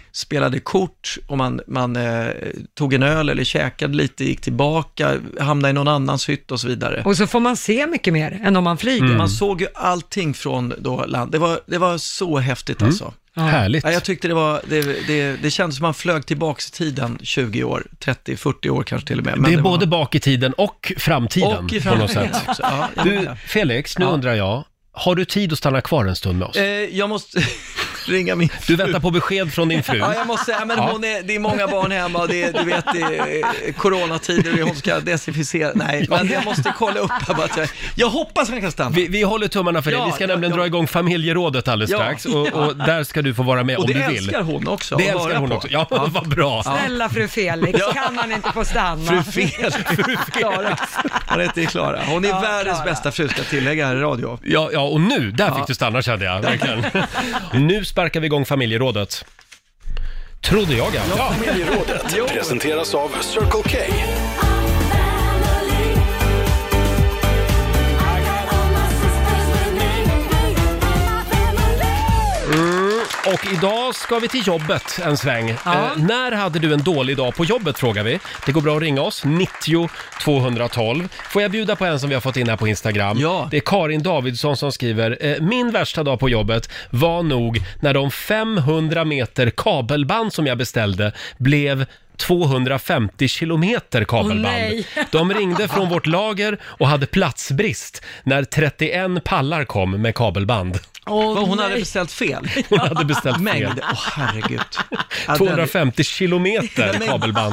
spelade kort och man, man eh, tog en öl eller käkade lite, gick tillbaka, hamnade i någon annans hytt och så vidare. Och så får man se mycket mer än om man flyger. Mm. Man såg ju allting från då land. Det var, det var så häftigt alltså. Mm. Härligt. Ja, jag tyckte det var, det, det, det kändes som man flög tillbaka i tiden tjugo år, trettio, fyrtio år kanske till och med. Men det är det både var... bak i tiden och framtiden och i på något framtiden sätt. också. Ja, jag Du, menar. Felix, nu Ja. undrar jag, har du tid att stanna kvar en stund med oss? Eh, jag måste ringa min fru. Du väntar på besked från din fru. Ja, jag måste säga, men Ja. hon är, det är många barn hemma och det är, du vet, det är coronatider och hon ska desinficera. Nej, men jag måste kolla upp här bara att jag, jag hoppas jag kan stanna. Vi, vi håller tummarna för det. Ja, Vi ska ja, nämligen ja. dra igång familjerådet alldeles Ja. strax och, och där ska du få vara med Och om det du vill. älskar hon också. Det att älskar höra hon på. också. Ja, vad bra. Snälla fru Felix, kan man inte få stanna? Fru Fel, fru Klara. Hon heter Klara. Hon är Ja, världens Klara. bästa fru, ska tillägga här i radio. Ja, ja, och nu, där Ja. fick du stanna kände jag, verkligen. Nu sparkar vi igång familjerådet. Trodde jag ja. Ja, familjerådet presenteras av Circle K. Mm, och idag ska vi till jobbet en sväng. Ja. Eh, när hade du en dålig dag på jobbet frågar vi. Det går bra att ringa oss, nittio tvåhundratolv. Får jag bjuda på en som vi har fått in här på Instagram? Ja. Det är Karin Davidsson som skriver, eh, min värsta dag på jobbet var nog när de femhundra meter kabelband som jag beställde blev tvåhundrafemtio kilometer kabelband. Åh, nej. De ringde från vårt lager och hade platsbrist när trettioen pallar kom med kabelband. Åh, Vad, hon nej. hade beställt fel. Hon hade beställt fel. Mängd. Åh, herregud. Ja, den- tvåhundrafemtio kilometer Men- kabelband.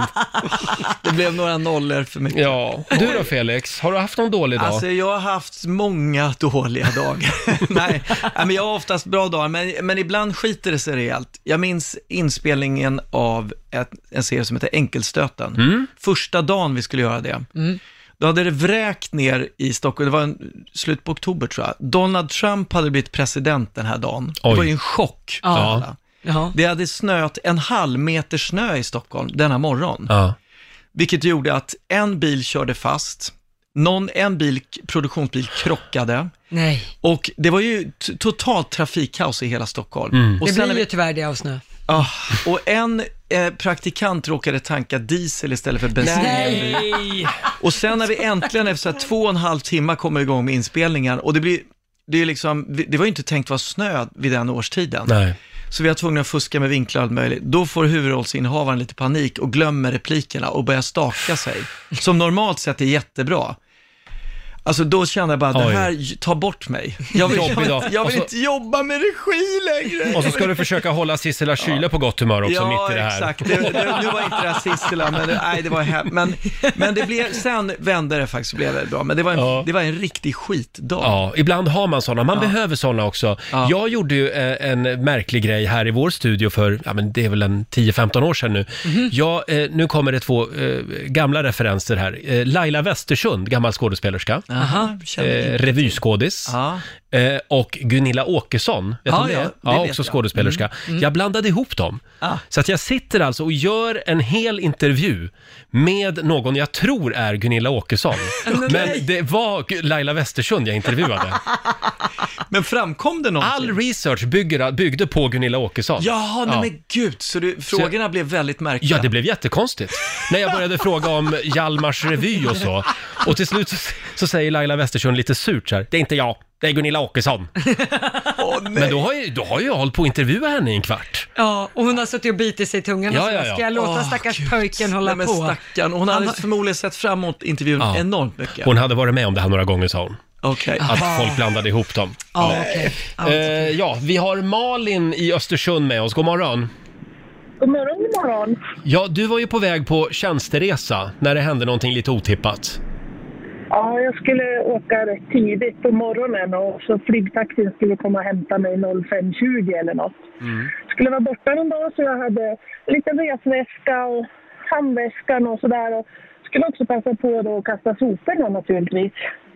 Det blev några nollor för mycket. Ja, du då Felix, har du haft någon dålig dag? Alltså jag har haft många dåliga dagar. nej, nej, men jag har oftast bra dagar, men, men ibland skiter det sig rejält. Jag minns inspelningen av ett, en serie som heter Enkelstöten. Mm. Första dagen vi skulle göra det. Mm. Då hade det vräkt ner i Stockholm, det var en, slut på oktober tror jag. Donald Trump hade blivit president den här dagen. Oj. Det var ju en chock för Ja. alla. Ja. Det hade snöat en halv meter snö i Stockholm denna morgon. Ja. Vilket gjorde att en bil körde fast, någon, en bil, produktionsbil krockade Nej, och det var ju t- totalt trafikkaos i hela Stockholm. Mm. Och, det sen blir när ju vi, tyvärr det av snö. ah, och en eh, praktikant råkade tanka diesel istället för bensin. Nej! Och sen när vi äntligen efter så här två och en halv timme kommer igång med inspelningen och det blir, det är liksom, det var ju inte tänkt vara snö vid den årstiden. Nej. Så vi var tvungna att fuska med vinklar och allt möjligt. Då får huvudrollsinnehavaren lite panik och glömmer replikerna och börjar staka sig. Som normalt sett är jättebra. Alltså då kände jag bara, Oj. det här, ta bort mig. Jag vill, jag Jobbig vill, dag. jag vill Och så- inte jobba med regi längre. Och så ska du försöka hålla Sissela Kyle på gott humör också Ja, mitt i det här. exakt. Det, det, nu var inte det här Sissela, men det, nej, det var hem. Men, men det blev, sen vände det faktiskt, blev det bra. Men det var en, Ja. det var en riktig skitdag. Ja, ibland har man sådana. Man Ja. behöver sådana också. Ja. Jag gjorde ju eh, en märklig grej här i vår studio för, ja men det är väl en tio femton år sedan nu. Mhm. Jag, eh, nu kommer det två eh, gamla referenser här. Eh, Laila Westersund, gammal skådespelerska. Aha, Eh, revyskådis. ja. Eh, och Gunilla Åkesson, vet Ja, du det? ja, det Ja, vet också jag. skådespelerska. Jag blandade ihop dem. Ah. Så att jag sitter alltså och gör en hel intervju med någon jag tror är Gunilla Åkesson. Men det var Gu- Laila Westersund jag intervjuade. Men framkom det någonting? All research bygger, byggde på Gunilla Åkesson. Jaha, nej Ja. men gud, så du, frågorna blev väldigt märkliga. Ja, det blev jättekonstigt. När jag började fråga om Hjalmars revy och så. Och till slut så, så säger Laila Westersund lite surt så här, det är inte jag, det är Gunilla Åkesson. Åh, nej. Men då har, jag, då har jag hållit på att intervjua henne i en kvart. Ja, och hon har suttit och bitit sig i tungan och Ja, så ja, ja. ska jag låta Åh, stackars Gud. pojken hålla Nej, men på. stackarn. Hon hade Han- förmodligen sett fram emot intervjun Ja. enormt mycket. Hon hade varit med om det här några gånger sa hon. Okej. Att folk blandade ihop dem. Ja, okej. Ja. Eh, ja, vi har Malin i Östersund med oss. God morgon. God morgon, god morgon. Ja, du var ju på väg på tjänsteresa när det hände någonting lite otippat. Ja, jag skulle åka rätt tidigt på morgonen och så flygtaxin skulle komma och hämta mig noll fem tjugo eller något. Skulle vara borta någon dag så jag hade en liten resväska och handväskan och sådär. Och skulle också passa på då att kasta soporna naturligtvis.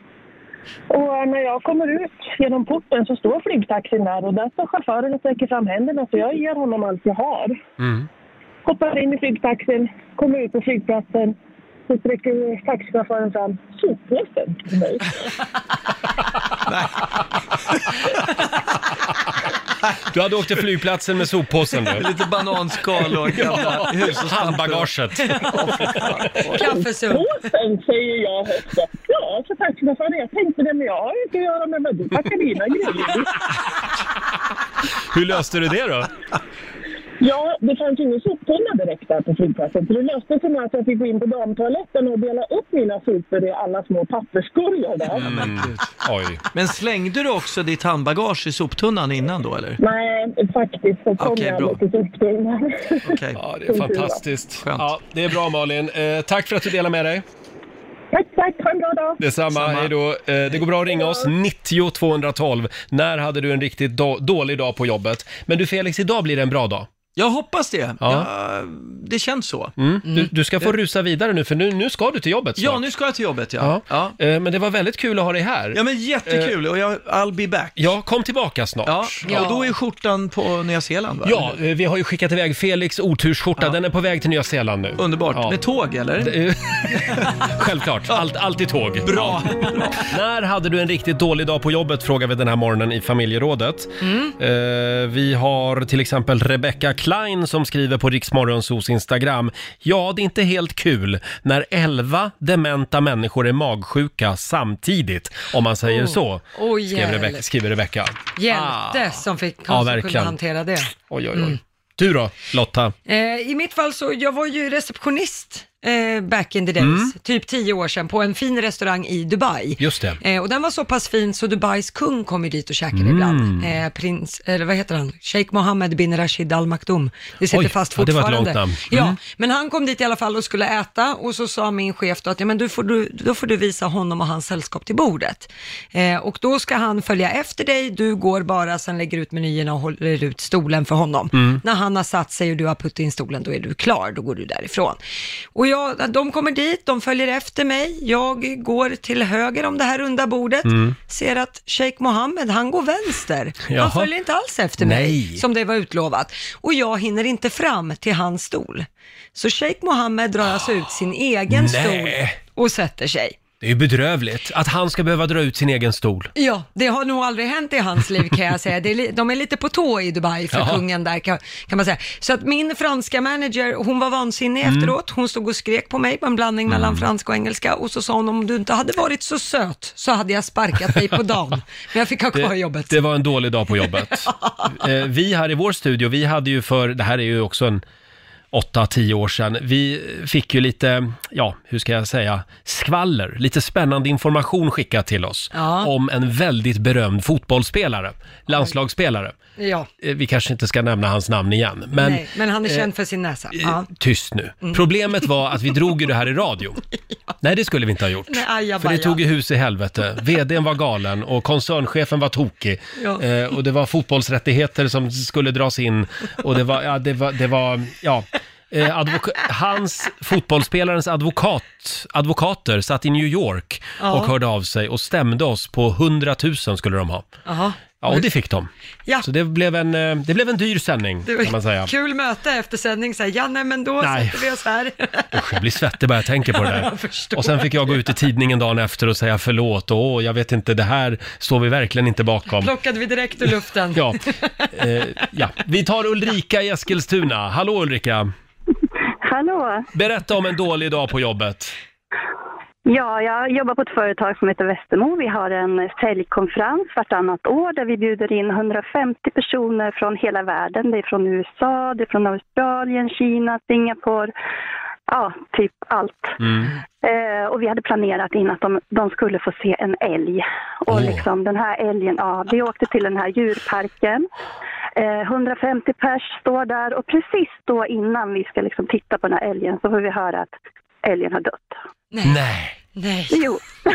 Och när jag kommer ut genom porten så står flygtaxin där och där står chauffören och sträcker fram händerna så jag ger honom allt jag har. Mm. Hoppar in i flygtaxin, kommer ut på flygplatsen. Så sträcker taxichauffören fram soppåsen till mig. Du hade åkt till flygplatsen med soppåsen nu. Lite bananskal och gamla hus och handbagaget. Kaffesump. Påsen säger jag högt. Ja, så tack för fan. Jag tänkte det, men jag har inte att göra med vad du packar dina grejer. Hur löste du det då? Ja, det fanns ingen soptunna direkt där på flygplatsen. Så det löste sig med att jag fick gå in på damtoaletten och dela upp mina sopor i alla små papperskorgar där. Mm. Oj. Men slängde du också ditt handbagage i soptunnan innan då, eller? Nej, faktiskt så kom Okej, jag bra. lite soptunnan. Okej. Ja, det är fantastiskt. Skönt. Ja, det är bra Malin. Eh, tack för att du delar med dig. Tack, tack. Ha en bra dag. Detsamma, Samma. hej då. Eh, det går bra att ringa oss, nittio tvåhundratolv. När hade du en riktigt då- dålig dag på jobbet? Men du Felix, idag blir det en bra dag. Jag hoppas det. Ja. Ja, det känns så. Mm. Du, du ska få rusa vidare nu, för nu, nu ska du till jobbet snart. Ja, nu ska jag till jobbet, ja. Ja. Ja, Eh, Men det var väldigt kul att ha dig här. ja men jättekul. Och jag, I'll be back. Ja, kom tillbaka snart. Ja, Ja. och då är skjortan på Nya Zeeland, va? Ja, eh, vi har ju skickat iväg Felix otursskjorta. Ja. Den är på väg till Nya Zeeland nu. Underbart. Ja. Med tåg, eller? Eh, Självklart, Allt, alltid tåg. Bra. När hade du en riktigt dålig dag på jobbet, frågar vi den här morgonen i familjerådet. Eh, vi har till exempel Rebecca Klein som skriver på Riksmorgonsos Instagram. Ja, det är inte helt kul när elva dementa människor är magsjuka samtidigt, om man säger Oh. så. Oj, Skriver hjälp. Rebecca. Skriver Rebecca. Hjälte som fick Ja, som kunde verkligen. hantera det. Oj, oj, oj. Du då, Lotta? Eh, I mitt fall så, jag var ju receptionist eh, back in the days, Mm. typ tio år sedan, på en fin restaurang i Dubai. Just det. Eh, och den var så pass fin så Dubais kung kom ju dit och käkade Mm. ibland. Eh, prins, eller vad heter han? Sheikh Mohammed bin Rashid Al Maktoum. Det sitter Oj, fast ja, det var ett fortfarande. långt namn. Ja, Mm. men han kom dit i alla fall och skulle äta och så sa min chef då att ja, men du får du, då får du visa honom och hans sällskap till bordet. Eh, och då ska han följa efter dig, du går bara, sen lägger ut menyerna och håller ut stolen för honom. Mm. När han har satt sig och du har puttat in stolen, då är du klar, då går du därifrån. Och jag, de kommer dit, de följer efter mig, jag går till höger om det här runda bordet, Mm. ser att Sheikh Mohammed, han går vänster. Jaha. Han följer inte alls efter mig, Nej. som det var utlovat. Och jag hinner inte fram till hans stol. Så Sheikh Mohammed drar alltså ut sin egen Nej. stol och sätter sig. Det är ju bedrövligt att han ska behöva dra ut sin egen stol. Ja, det har nog aldrig hänt i hans liv kan jag säga. Det är li- de är lite på tå i Dubai för Jaha. kungen där kan, kan man säga. Så att min franska manager, hon var vansinnig Mm. efteråt. Hon stod och skrek på mig på en blandning mellan franska och engelska och så sa hon om du inte hade varit så söt så hade jag sparkat dig på dagen. Men jag fick ha kvar jobbet. Det var en dålig dag på jobbet. eh, vi här i vår studio, vi hade ju för, det här är ju också en åtta, tio år sedan, vi fick ju lite, ja, hur ska jag säga, skvaller, lite spännande information skickat till oss Ja. om en väldigt berömd fotbollsspelare, landslagsspelare. Ja, Eh, Vi kanske inte ska nämna hans namn igen, men nej, men han är eh, känd för sin näsa. Ja. Eh, Tyst nu. Problemet var att vi drog ju det här i radio. Nej, det skulle vi inte ha gjort. Nej, aja, För det baja. tog ju hus i helvete. Vdn var galen och koncernchefen var tokig. Ja. Eh, och det var fotbollsrättigheter som skulle dras in. Och det var, ja, det var, det var, ja. Eh, advoka- hans, fotbollsspelarens advokat, advokater satt i New York Ja. och hörde av sig och stämde oss på hundratusen skulle de ha. Aha. Ja, och det fick de. Ja. Så det blev en, eh, det blev en dyr sändning, Det var kan man säga. kul möte efter sändning, så här, ja nej men då Nej. sätter vi oss här. Usch, jag blir svettig bara jag tänker på det där. Jag förstår. Och sen fick jag gå ut i tidningen dagen efter och säga förlåt och åh, jag vet inte, det här står vi verkligen inte bakom. Plockade vi direkt ur luften. Ja, eh, ja. Vi tar Ulrika i Eskilstuna. Hallå Ulrika! Hallå! Berätta om en dålig dag på jobbet. Ja, jag jobbar på ett företag som heter Västermo. Vi har en säljkonferens vartannat år där vi bjuder in hundrafemtio personer från hela världen. Det är från U S A, det är från Australien, Kina, Singapore, ja, typ allt. Mm. Eh, och vi hade planerat in att de, de skulle få se en älg. Och Åh. liksom den här älgen, ja, vi åkte till den här djurparken. Eh, hundrafemtio pers står där och precis då innan vi ska liksom titta på den här älgen så får vi höra att älgen har dött. Nej. Nej. Nej. Jo.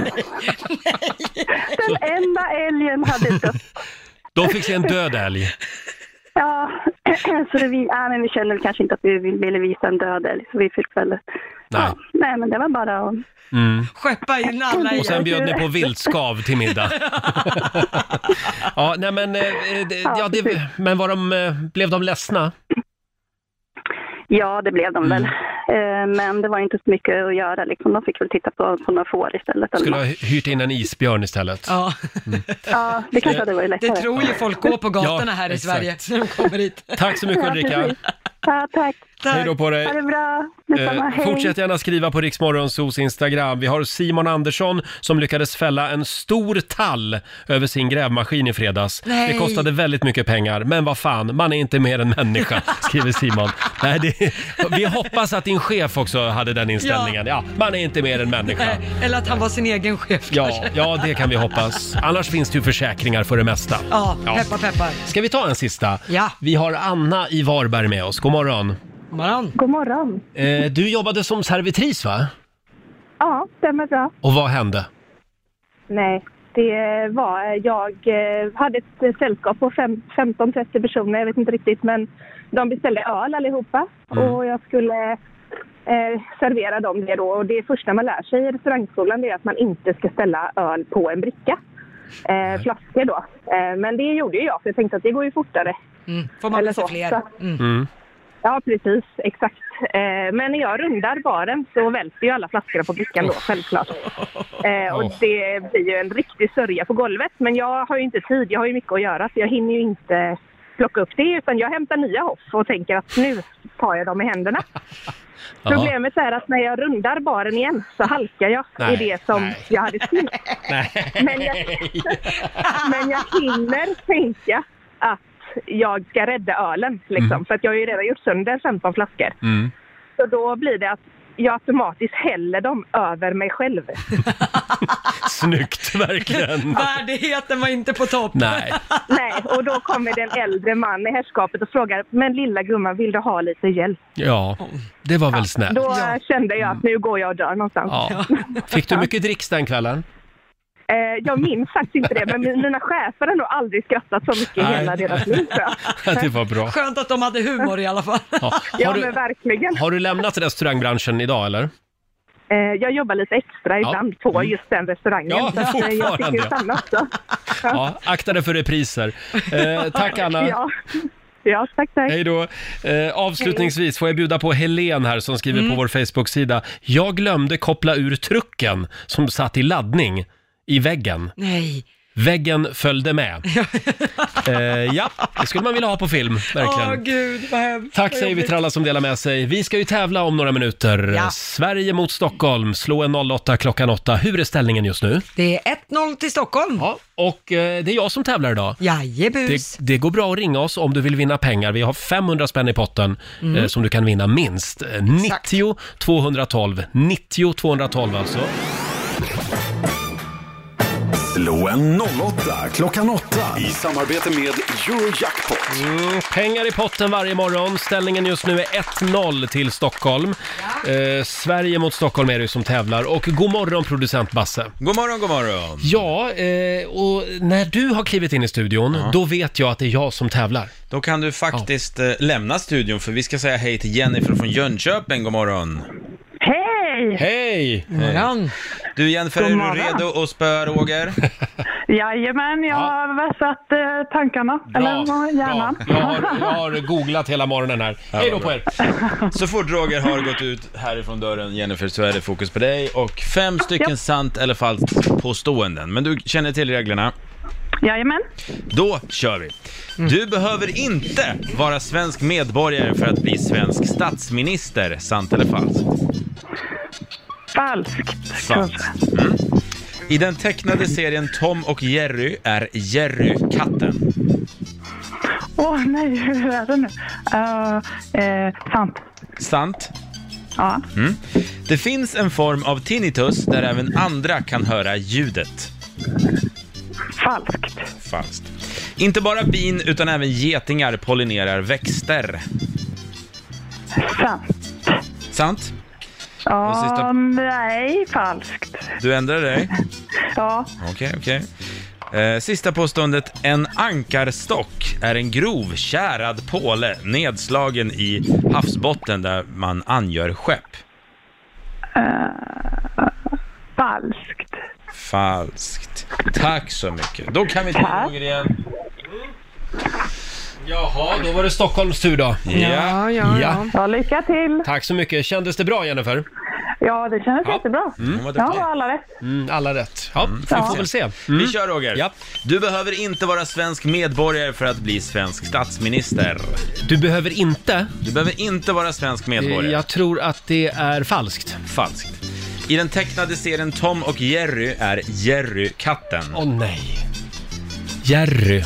Den enda älgen hade dött. De fick se en död älg. Ja, så det vi, ja, men vi kände kanske inte att vi ville visa en död älg, så vi fick väl... Nej. Ja, nej, men det var bara att... Mm. Skeppa in alla igen. Och sen bjöd ni på viltskav till middag. Ja, nej men, eh, det, ja, det, men var de, eh, blev de ledsna? Ja, det blev de väl. Eh, men det var inte så mycket att göra. Liksom. De fick väl titta på, på några får istället. Eller Skulle ha något. hyrt in en isbjörn istället. Ja. Mm. Ja, det kanske hade varit lättare. Det tror ju folk går på gatorna Ja, här i exakt. Sverige när de kommer hit. Tack så mycket Ja, Ulrika. precis. Ja, tack. Hej då på dig. Ha det bra. Detsamma. Eh, Hej. fortsätt gärna skriva på Riksmorgonsos Instagram. Vi har Simon Andersson som lyckades fälla en stor tall över sin grävmaskin i fredags. Nej. Det kostade väldigt mycket pengar, men vad fan, man är inte mer än människa, skriver Simon. Nej, det, vi hoppas att din chef också hade den inställningen. Ja, man är inte mer än människa. Nej, eller att han var sin egen chef Ja, kanske. ja, det kan vi hoppas. Annars finns det ju försäkringar för det mesta. Ja, peppar peppar. Ska vi ta en sista? Ja. Vi har Anna i Varberg med oss. God morgon. God morgon. God morgon. Eh, du jobbade som servitris, va? Ja, stämmer bra. Och vad hände? Nej, det var... Jag eh, hade ett sällskap på fem, femton trettio personer, jag vet inte riktigt, men de beställde öl allihopa. Mm. Och jag skulle eh, servera dem det då. Och det första man lär sig i restaurangskolan är att man inte ska ställa öl på en bricka. Eh, flaskor då. Eh, men det gjorde ju jag, för jag tänkte att det går ju fortare. Mm. Får man Eller med sig så. fler? Så- Mm. Mm. Ja, precis. Exakt. Eh, men när jag rundar baren så välter ju alla flaskorna på brickan då, självklart. Eh, och Oh. det blir ju en riktig sörja på golvet. Men jag har ju inte tid, jag har ju mycket att göra. Så jag hinner ju inte plocka upp det, utan jag hämtar nya hoff och tänker att nu tar jag dem i händerna. Ja. Problemet är att när jag rundar baren igen så halkar jag Nej, i det som nej. jag hade skrivit. Nej. Men jag, men jag hinner tänka att jag ska rädda ölen, liksom. Mm. För att jag har ju redan gjort sönder femton flaskor. Mm. Så då blir det att jag automatiskt häller dem över mig själv. Snyggt, verkligen. Värdigheten var inte på topp. Nej. Nej, och då kommer det en äldre man i herrskapet och frågar, men lilla gumman, vill du ha lite hjälp? Ja, det var väl snällt. Då Ja. kände jag att nu går jag och dör någonstans. Ja. Fick du mycket dricks den kvällen? Eh, jag minns faktiskt inte det, men mina chefer har nog aldrig skrattat så mycket i Nej. hela deras liv, tror jag. Det var bra. Skönt att de hade humor i alla fall. Ja. Ja, Har, men du, verkligen. har du lämnat restaurangbranschen idag, eller? Eh, jag jobbar lite extra ibland på Mm. just den restaurangen. Ja, så att, eh, jag fick ju fortfarande. stanna också. Ja, akta dig för repriser. Eh, tack Anna. Ja. Ja, tack, tack. Hej då. Eh, avslutningsvis får jag bjuda på Helen här som skriver Mm. på vår Facebook-sida. Jag glömde koppla ur trucken som satt i laddning i väggen. Nej. Väggen följde med. eh, ja, det skulle man vilja ha på film, verkligen. Åh gud, vad hemskt. Tack Vad säger vi jobbigt. till alla som delar med sig. Vi ska ju tävla om några minuter. Ja. Sverige mot Stockholm. Slå en noll åtta klockan åtta. Hur är ställningen just nu? Det är ett noll till Stockholm. Ja, och eh, det är jag som tävlar idag. Jajebus. Det, det går bra att ringa oss om du vill vinna pengar. Vi har femhundra spänn i potten eh, som du kan vinna minst. Eh, nittio tvåhundratolv. nittio tvåhundratolv alltså. Slå en noll åtta klockan åtta i samarbete med Eurojackpot. Mm, pengar i potten varje morgon. Ställningen just nu är ett noll till Stockholm. Eh, Sverige mot Stockholm är det ju som tävlar. Och god morgon producent Basse. God morgon, god morgon. Ja, eh, och när du har klivit in i studion, då vet jag att det är jag som tävlar. Då kan du faktiskt eh, lämna studion, för vi ska säga hej till Jennifer från Jönköping. God morgon. Hej! Hej! Morgon. Du Jennifer, God är du morgon. redo att spöa Roger? Jajamän, jag har vässat eh, tankarna. Eller hjärnan. bra. Jag, har, jag har googlat hela morgonen här. Hej då på er! Så fort Roger har gått ut härifrån dörren, Jennifer, så är det fokus på dig. Och fem stycken Ja. sant eller falskt påståenden. Men du känner till reglerna. Jajamän. Då kör vi. Du behöver inte vara svensk medborgare för att bli svensk statsminister. Sant eller falskt? Falskt. Falskt. Mm. I den tecknade serien Tom och Jerry är Jerry katten. Åh oh, nej, hur är det nu? Uh, eh, sant. Sant? Ja. Mm. Det finns en form av tinnitus där även andra kan höra ljudet. Falskt. Falskt. Inte bara bin utan även getingar pollinerar växter. Sant. Sant? Ja, Och sista- nej, falskt. Du ändrar dig? Ja. Okej, okej. Eh, sista påståendet. En ankarstock är en grov kärad påle nedslagen i havsbotten där man angör skepp. Uh, falskt. Falskt. Tack så mycket. Då kan vi ta Tack. Roger igen. Jaha, då var det Stockholms tur då. Ja, ja, ja. ja. ja lycka till. Tack så mycket. Kändes det bra, Jennifer? Ja, det kändes ja. jättebra. Mm. Ja, alla rätt. Mm, alla rätt. Ja, Mm. vi Ja. får väl se. Mm. Vi kör, Roger. Ja. Du behöver inte vara svensk medborgare för att bli svensk statsminister. Du behöver inte? Du behöver inte vara svensk medborgare. Jag tror att det är falskt. Falskt. I den tecknade serien Tom och Jerry är Jerry katten. Åh oh, nej. Jerry.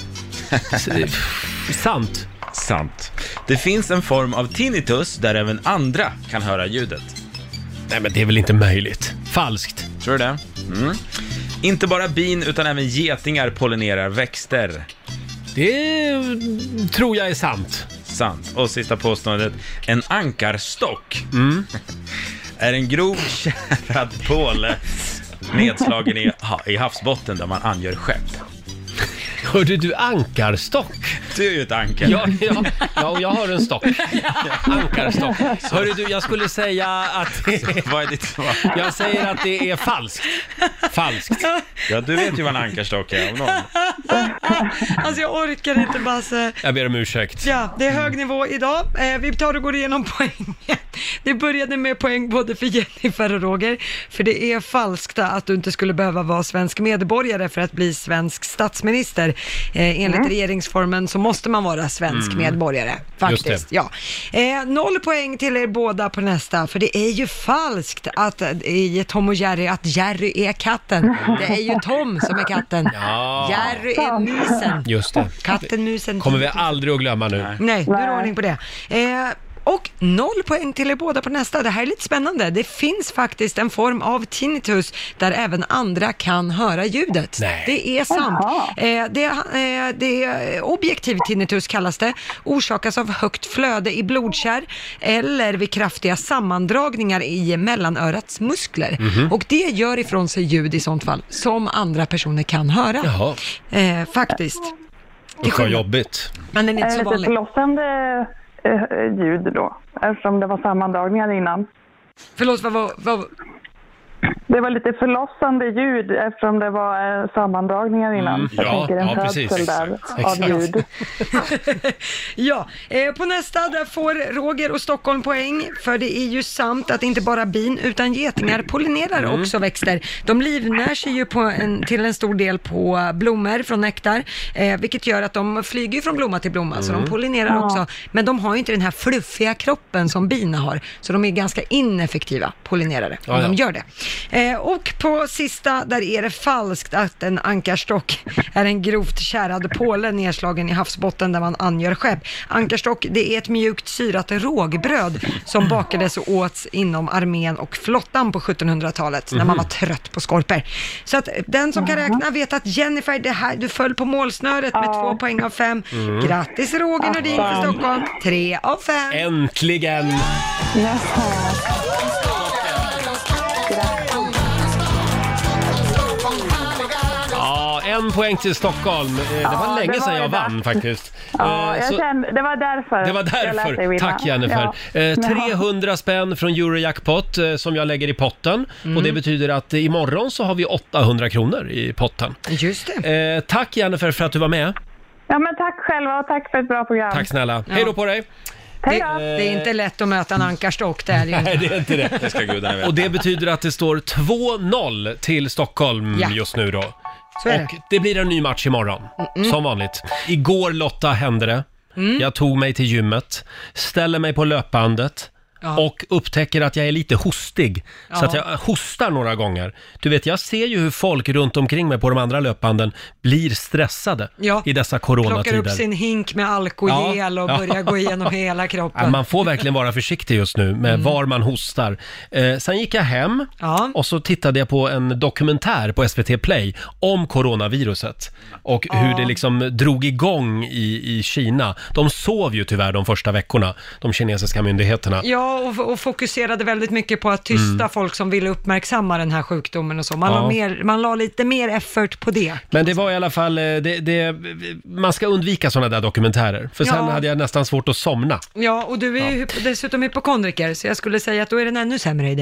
Sant. Sant. Det finns en form av tinnitus där även andra kan höra ljudet. Nej, men det är väl inte möjligt. Falskt. Tror du det? Mm. Inte bara bin utan även getingar pollinerar växter. Det tror jag är sant. Sant. Och sista påståendet. En ankarstock mm. är en grov kärrad påle nedslagen i, i havsbotten där man angör skepp. Hörde du ankarstock? Du är ju ett anker. Ja, ja, ja, och jag har en stock. Ankarstock. Hörde du, jag skulle säga att... Vad är ditt svar? Jag säger att det är falskt. Falskt. Ja, du vet ju vad en ankarstock är. Om någon. Alltså jag orkar inte, Basse. Jag ber om ursäkt. Ja, det är hög nivå idag. Eh, vi tar och går igenom poängen. Det började med poäng både för Jennifer och Roger. För det är falskt att du inte skulle behöva vara svensk medborgare för att bli svensk statsminister. Eh, enligt mm. regeringsformen så måste man vara svensk mm. medborgare. Faktiskt, ja. Eh, noll poäng till er båda på nästa. För det är ju falskt att i Tom och Jerry att Jerry är katten. Det är ju Tom som är katten. Ja. Jerry är musen. Just det. Katten, musen. Kommer vi aldrig att glömma nu. Nej, Nej du har ordning på det. Eh, Och noll poäng till er båda på nästa. Det här är lite spännande. Det finns faktiskt en form av tinnitus där även andra kan höra ljudet. Nej. Det är sant. Eh, det, eh, det är objektiv tinnitus kallas det. Orsakas av högt flöde i blodkärl eller vid kraftiga sammandragningar i mellanörats muskler. Mm-hmm. Och det gör ifrån sig ljud i sånt fall som andra personer kan höra. Jaha. Eh, faktiskt. Det var jobbigt. Men den är inte så vanlig. Är det förlossande ljud då, eftersom det var sammandragningar innan? Förlåt, vad var... Vad... Det var lite förlossande ljud eftersom det var eh, sammandragningar innan. Mm, jag ja, tänker en ja, födsel precis. där Exakt. av ljud. Ja, eh, på nästa där får Roger och Stockholm poäng, för det är ju sant att inte bara bin utan getingar pollinerar Mm. också växter. De livnär sig ju på en, till en stor del på blommor från nektar, eh, vilket gör att de flyger från blomma till blomma, så de pollinerar Ja. också. Men de har ju inte den här fluffiga kroppen som bina har, så de är ganska ineffektiva pollinerare om Ja, ja. de gör det. Eh, och på sista, där är det falskt att en ankarstock är en grovt kärrad påle nedslagen i havsbotten där man angör skepp. Ankarstock, det är ett mjukt syrat rågbröd som bakades och åts inom armén och flottan på sjuttonhundratalet när man var trött på skorpor. Så att den som kan räkna vet att Jennifer, det här, du föll på målsnöret med två poäng av fem. Mm. Grattis Roger Nordin för Stockholm, tre av fem. Äntligen! Ja, en poäng till Stockholm. Eh, Det var Ja, länge det var sedan jag det vann där. faktiskt. Ja, Eh, jag så- kände, det var därför. Det var jag lät dig därför. vinna. Tack Jennifer. Ja. Eh, trehundra spänn från Eurojackpot eh, som jag lägger i potten. Mm. Och det betyder att eh, imorgon så har vi åttahundra kronor i potten. Just det. Eh, tack Jennifer för att du var med. Ja, men tack själva och tack för ett bra program. Tack snälla. Ja. Hej då på dig. Det, det är inte lätt att möta en ankarstock där. Nej, det är inte det. Det ska gudarna veta. Och det betyder att det står två noll till Stockholm Ja. just nu då. Så är det. Och det blir en ny match imorgon, som vanligt. Igår Lotta hände det. Jag tog mig till gymmet, ställer mig på löpbandet Ja. och upptäcker att jag är lite hostig. Så Ja. att jag hostar några gånger. Du vet, jag ser ju hur folk runt omkring mig på de andra löpbanden blir stressade Ja. i dessa Plockar coronatider. upp sin hink med alkogel Ja. och Ja. börjar gå igenom hela kroppen. Ja, man får verkligen vara försiktig just nu med var man hostar. Eh, sen gick jag hem Ja. och så tittade jag på en dokumentär på S V T Play om coronaviruset och Ja. hur det liksom drog igång i, i Kina. De sov ju tyvärr de första veckorna, de kinesiska myndigheterna. Ja, och, och fokuserade väldigt mycket på att tysta folk som ville uppmärksamma den här sjukdomen och så. Man, Ja. la, mer, man la lite mer effort på det. Men det var i alla fall, eh, det, det, man ska undvika sådana där dokumentärer. För sen Ja. hade jag nästan svårt att somna. Ja, och du är ju hyp- dessutom hypokondriker, så jag skulle säga att då är det en ännu sämre idé.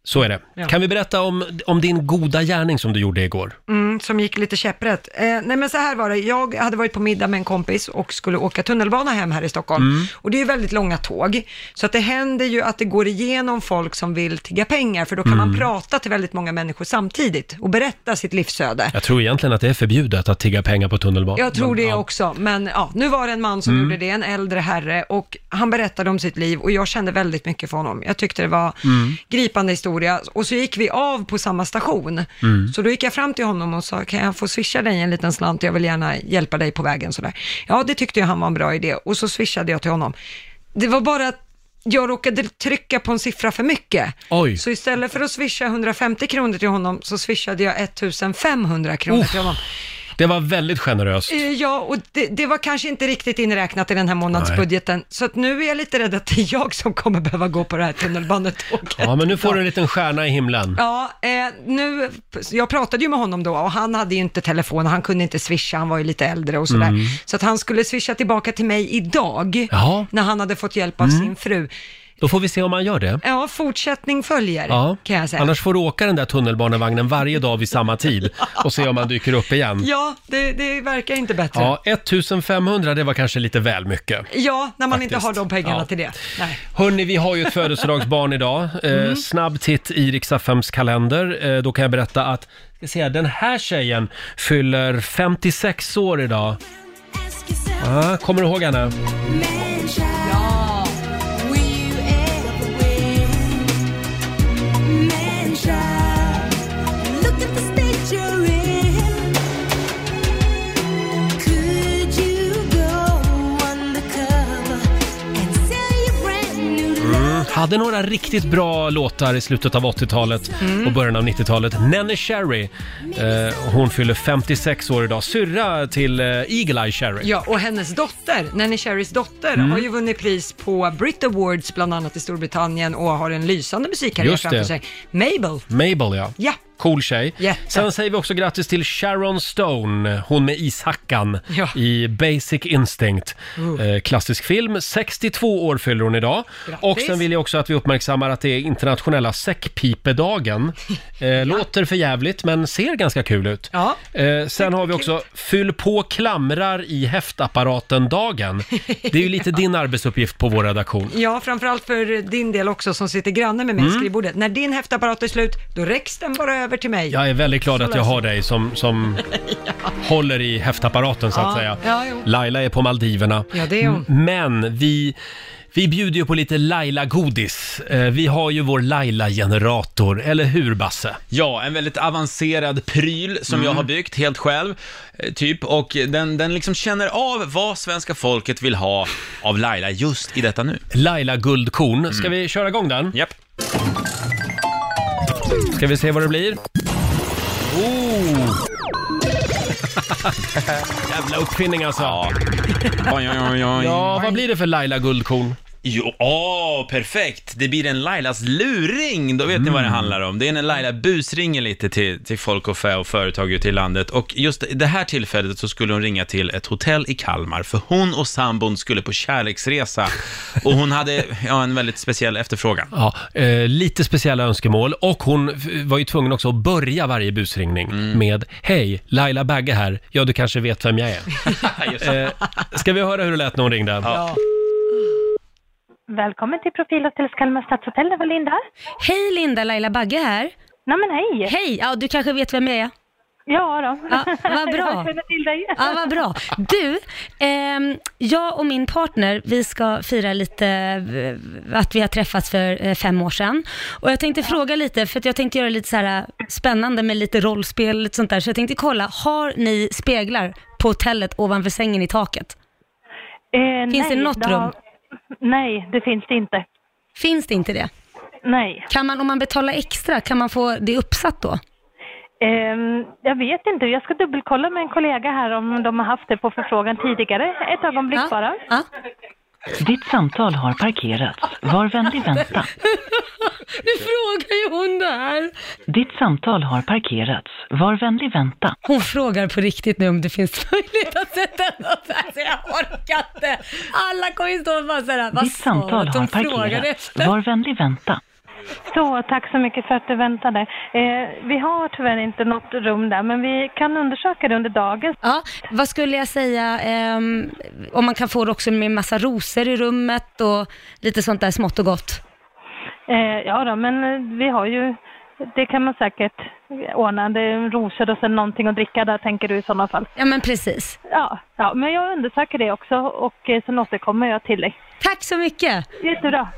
Så är det. Ja. Kan vi berätta om, om din goda gärning som du gjorde igår? Mm, som gick lite käpprätt. Eh, nej men så här var det, jag hade varit på middag med en kompis och skulle åka tunnelbana hem här i Stockholm. Mm. Och det är ju väldigt långa tåg, så att det händer ju att det går igenom folk som vill tigga pengar, för då kan Mm. man prata till väldigt många människor samtidigt och berätta sitt livsöde. Jag tror egentligen att det är förbjudet att tigga pengar på tunnelbanan. Jag tror det ja. också, men ja, nu var det en man som Mm. gjorde det, en äldre herre, och han berättade om sitt liv och jag kände väldigt mycket för honom. Jag tyckte det var Mm. gripande historia, och så gick vi av på samma station. Mm. Så då gick jag fram till honom och sa, kan jag få swisha dig en liten slant? Jag vill gärna hjälpa dig på vägen sådär. Ja, det tyckte jag han var en bra idé, och så swishade jag till honom. Det var bara att jag råkade trycka på en siffra för mycket. Oj. Så istället för att swisha hundrafemtio kronor till honom så swishade jag ettusenfemhundra kronor Uff. till honom. Det var väldigt generöst. Eh, Ja, och det, det var kanske inte riktigt inräknat i den här månadsbudgeten, så att nu är jag lite rädd att det är jag som kommer behöva gå på det här tunnelbanetåget. Ja, men nu får du en liten stjärna i himlen. Ja, eh, nu, jag pratade ju med honom då och han hade ju inte telefon, han kunde inte swisha, han var ju lite äldre och sådär. Mm. Så att han skulle swisha tillbaka till mig idag, Jaha. när han hade fått hjälp av Mm. sin fru. Då får vi se om man gör det. Ja, fortsättning följer, Ja. kan jag säga. Annars får du åka den där tunnelbanevagnen varje dag vid samma tid och se om man dyker upp igen. Ja, det, det verkar inte bättre. Ja, ettusenfemhundra, det var kanske lite väl mycket. Ja, när man Faktiskt. inte har de pengarna Ja. till det. Nej. Hörni, vi har ju ett födelsedagsbarn idag. Eh, Mm. snabb titt i Rix F M:s kalender. Eh, då kan jag berätta att ska se, den här tjejen fyller femtiosex år idag. Ah, kommer du ihåg henne? Mm, hade några riktigt bra låtar i slutet av åttiotalet Mm. och början av nittiotalet. Neneh Cherry, eh, hon fyller femtiosex år idag. Syrra till eh, Eagle Eye Cherry. Ja, och hennes dotter, Neneh Cherrys dotter, Mm. har ju vunnit pris på Brit Awards bland annat i Storbritannien och har en lysande musikkarriär Just framför det. sig. Mabel. Mabel, ja. Ja. Cool tjej. Jätte. Sen säger vi också grattis till Sharon Stone, hon med ishackan Ja. i Basic Instinct. Uh. Eh, klassisk film. sextiotvå år fyller hon idag. Grattis. Och sen vill jag också att vi uppmärksammar att det är internationella säckpipedagen. Eh, låter för jävligt men ser ganska kul ut. Ja. Eh, sen har vi också fyll på klamrar i häftapparaten-dagen. Det är ju lite din arbetsuppgift på vår redaktion. Ja, framförallt för din del också som sitter granne med mig i Mm. skrivbordet. När din häftapparat är slut, då räcks den bara över till mig. Jag är väldigt glad Så att jag löser har dig som, som håller i häftapparaten så att Ja, säga. ja, jo. Laila är på Maldiverna. Ja, det är hon. M- Men vi, vi bjuder ju på lite Laila-godis. Eh, Vi har ju vår Laila-generator, eller hur Basse? Ja, en väldigt avancerad pryl som Mm. jag har byggt helt själv, eh, typ, och den, den liksom känner av vad svenska folket vill ha av Laila just i detta nu. Laila-guldkorn. Ska vi köra igång den? Japp. Ska vi se vad det blir? Oh! Jävla uppfinning alltså. Ja. Oj, oj, oj, oj. Ja, vad blir det för Laila-guldkorn? Jo, åh, perfekt! Det blir en Lailas luring, då vet ni vad det handlar om. Det är när Laila busringer lite till, till folk och fä och företag ute i landet. Och just det här tillfället så skulle hon ringa till ett hotell i Kalmar, för hon och sambon skulle på kärleksresa. Och hon hade ja, en väldigt speciell efterfrågan. Ja, eh, lite speciella önskemål och hon f- var ju tvungen också att börja varje busringning Mm. med hej, Laila Bagge här, ja du kanske vet vem jag är. eh, ska vi höra hur det lät när hon ringde? Ja. Välkommen till Profilhotellets Kalmar Stadshotell, det var Linda. Hej Linda, Laila Bagge här. Nej men hej. Hej, ja du kanske vet vem jag är? Ja då. Ja, vad bra. Jag känner till dig. Ja, vad bra. Du, ehm, jag och min partner, vi ska fira lite eh, att vi har träffats för eh, fem år sedan. Och jag tänkte fråga lite, för att jag tänkte göra lite så här spännande med lite rollspel, lite sånt där. Så jag tänkte kolla, har ni speglar på hotellet ovanför sängen i taket? Eh, Finns nej, det något har- rum? Nej, det finns det inte. Finns det inte det? Nej. Kan man, om man betalar extra, kan man få det uppsatt då? Ehm, jag vet inte, jag ska dubbelkolla med en kollega här om de har haft det på förfrågan tidigare. Ett ögonblick bara. Ja. Ditt samtal har parkerats. Var vänlig vänta. Nu frågar ju hon där. Ditt samtal har parkerats. Var vänlig vänta. Hon frågar på riktigt nu om det finns möjlighet att sätta något så här, så jag orkar inte. Alla kommer ju stå och bara såhär, vad Ditt sa samtal du att har hon frågade parkerats. efter? Var vänlig vänta. Så, tack så mycket för att du väntade. Eh, vi har tyvärr inte något rum där, men vi kan undersöka det under dagen. Ja, vad skulle jag säga, ehm, om man kan få det också med massa rosor i rummet och lite sånt där smått och gott? Eh, ja då, men vi har ju, det kan man säkert ordna. Det är rosor och sen någonting att dricka där, tänker du i sådana fall. Ja, men precis. Ja, ja, men jag undersöker det också och eh, sen återkommer jag till dig. Tack så mycket. Jättebra.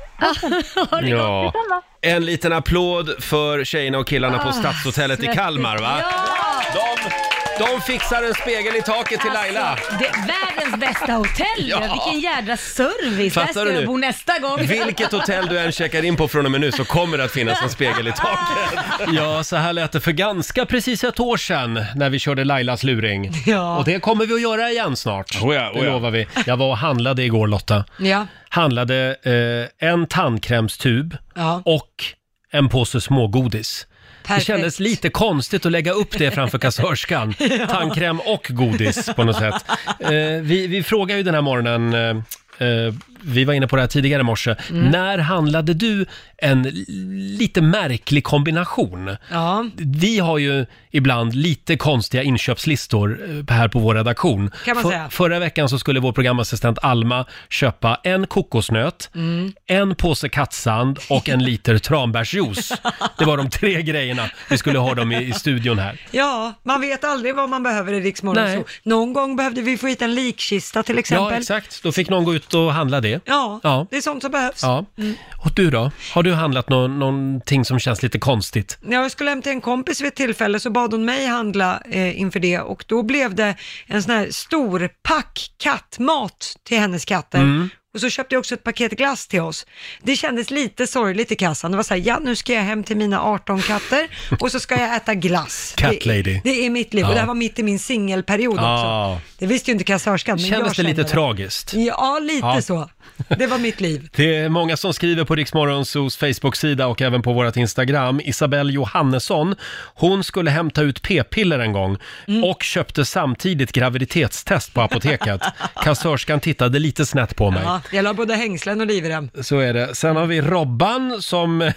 Ja. En liten applåd för tjejerna och killarna på Ah, Stadshotellet i Kalmar, va? Ja! De, de fixar en spegel i taket till Laila. Alltså, det är världens bästa hotell. Ja. Vilken jädra service. Fattar Där ska du jag nu? bo nästa gång. Vilket hotell du än checkar in på från och med nu så kommer det att finnas en spegel i taket. Ja, så här lät det för ganska precis ett år sedan när vi körde Lailas luring. Ja. Och det kommer vi att göra igen snart. Oh ja, oh det ja. lovar vi. Jag var och handlade igår, Lotta. Ja. Handlade eh, en tandkrämstub Ja. och en påse smågodis. Perfekt. Det kändes lite konstigt att lägga upp det framför kassörskan. Ja. Tandkräm och godis på något sätt. Eh, vi, vi frågar ju den här morgonen, eh, eh, vi var inne på det här tidigare i morse. Mm. När handlade du en l- lite märklig kombination? Ja. Vi har ju ibland lite konstiga inköpslistor eh, här på vår redaktion. Kan man säga. Förra veckan så skulle vår programassistent Alma köpa en kokosnöt, Mm. en påse kattsand och en liter tranbärsjuice. Det var de tre grejerna vi skulle ha dem i, i studion här. Ja, man vet aldrig vad man behöver i Rix Morgon Nej. Zoo. Någon gång behövde vi få hit en likkista till exempel. Ja, exakt. Då fick någon gå ut och handla det. Ja, Ja. det är sånt som behövs. Ja. Mm. Och du då? Har du handlat nå- någonting som känns lite konstigt? När jag skulle hem till en kompis vid ett tillfälle så bad hon mig handla eh, inför det och då blev det en sån här stor pack kattmat till hennes katter. Mm. Och så köpte jag också ett paket glass till oss. Det kändes lite sorgligt i kassan. Det var så här, ja nu ska jag hem till mina arton katter och så ska jag äta glass. Cat lady. Det, det är mitt liv och Ja. det här var mitt i min singelperiod också. Ja. Det visste ju inte kassörskan. Men Kändes jag det kände lite tragiskt? Ja, lite Ja. så. Det var mitt liv. Det är många som skriver på Rix Morgon Zoos Facebook-sida och även på vårt Instagram. Isabelle Johannesson, hon skulle hämta ut p-piller en gång Mm. och köpte samtidigt graviditetstest på apoteket. Kassörskan tittade lite snett på mig. Ja, jag la både hängslen och livrem. Så är det. Sen har vi Robban som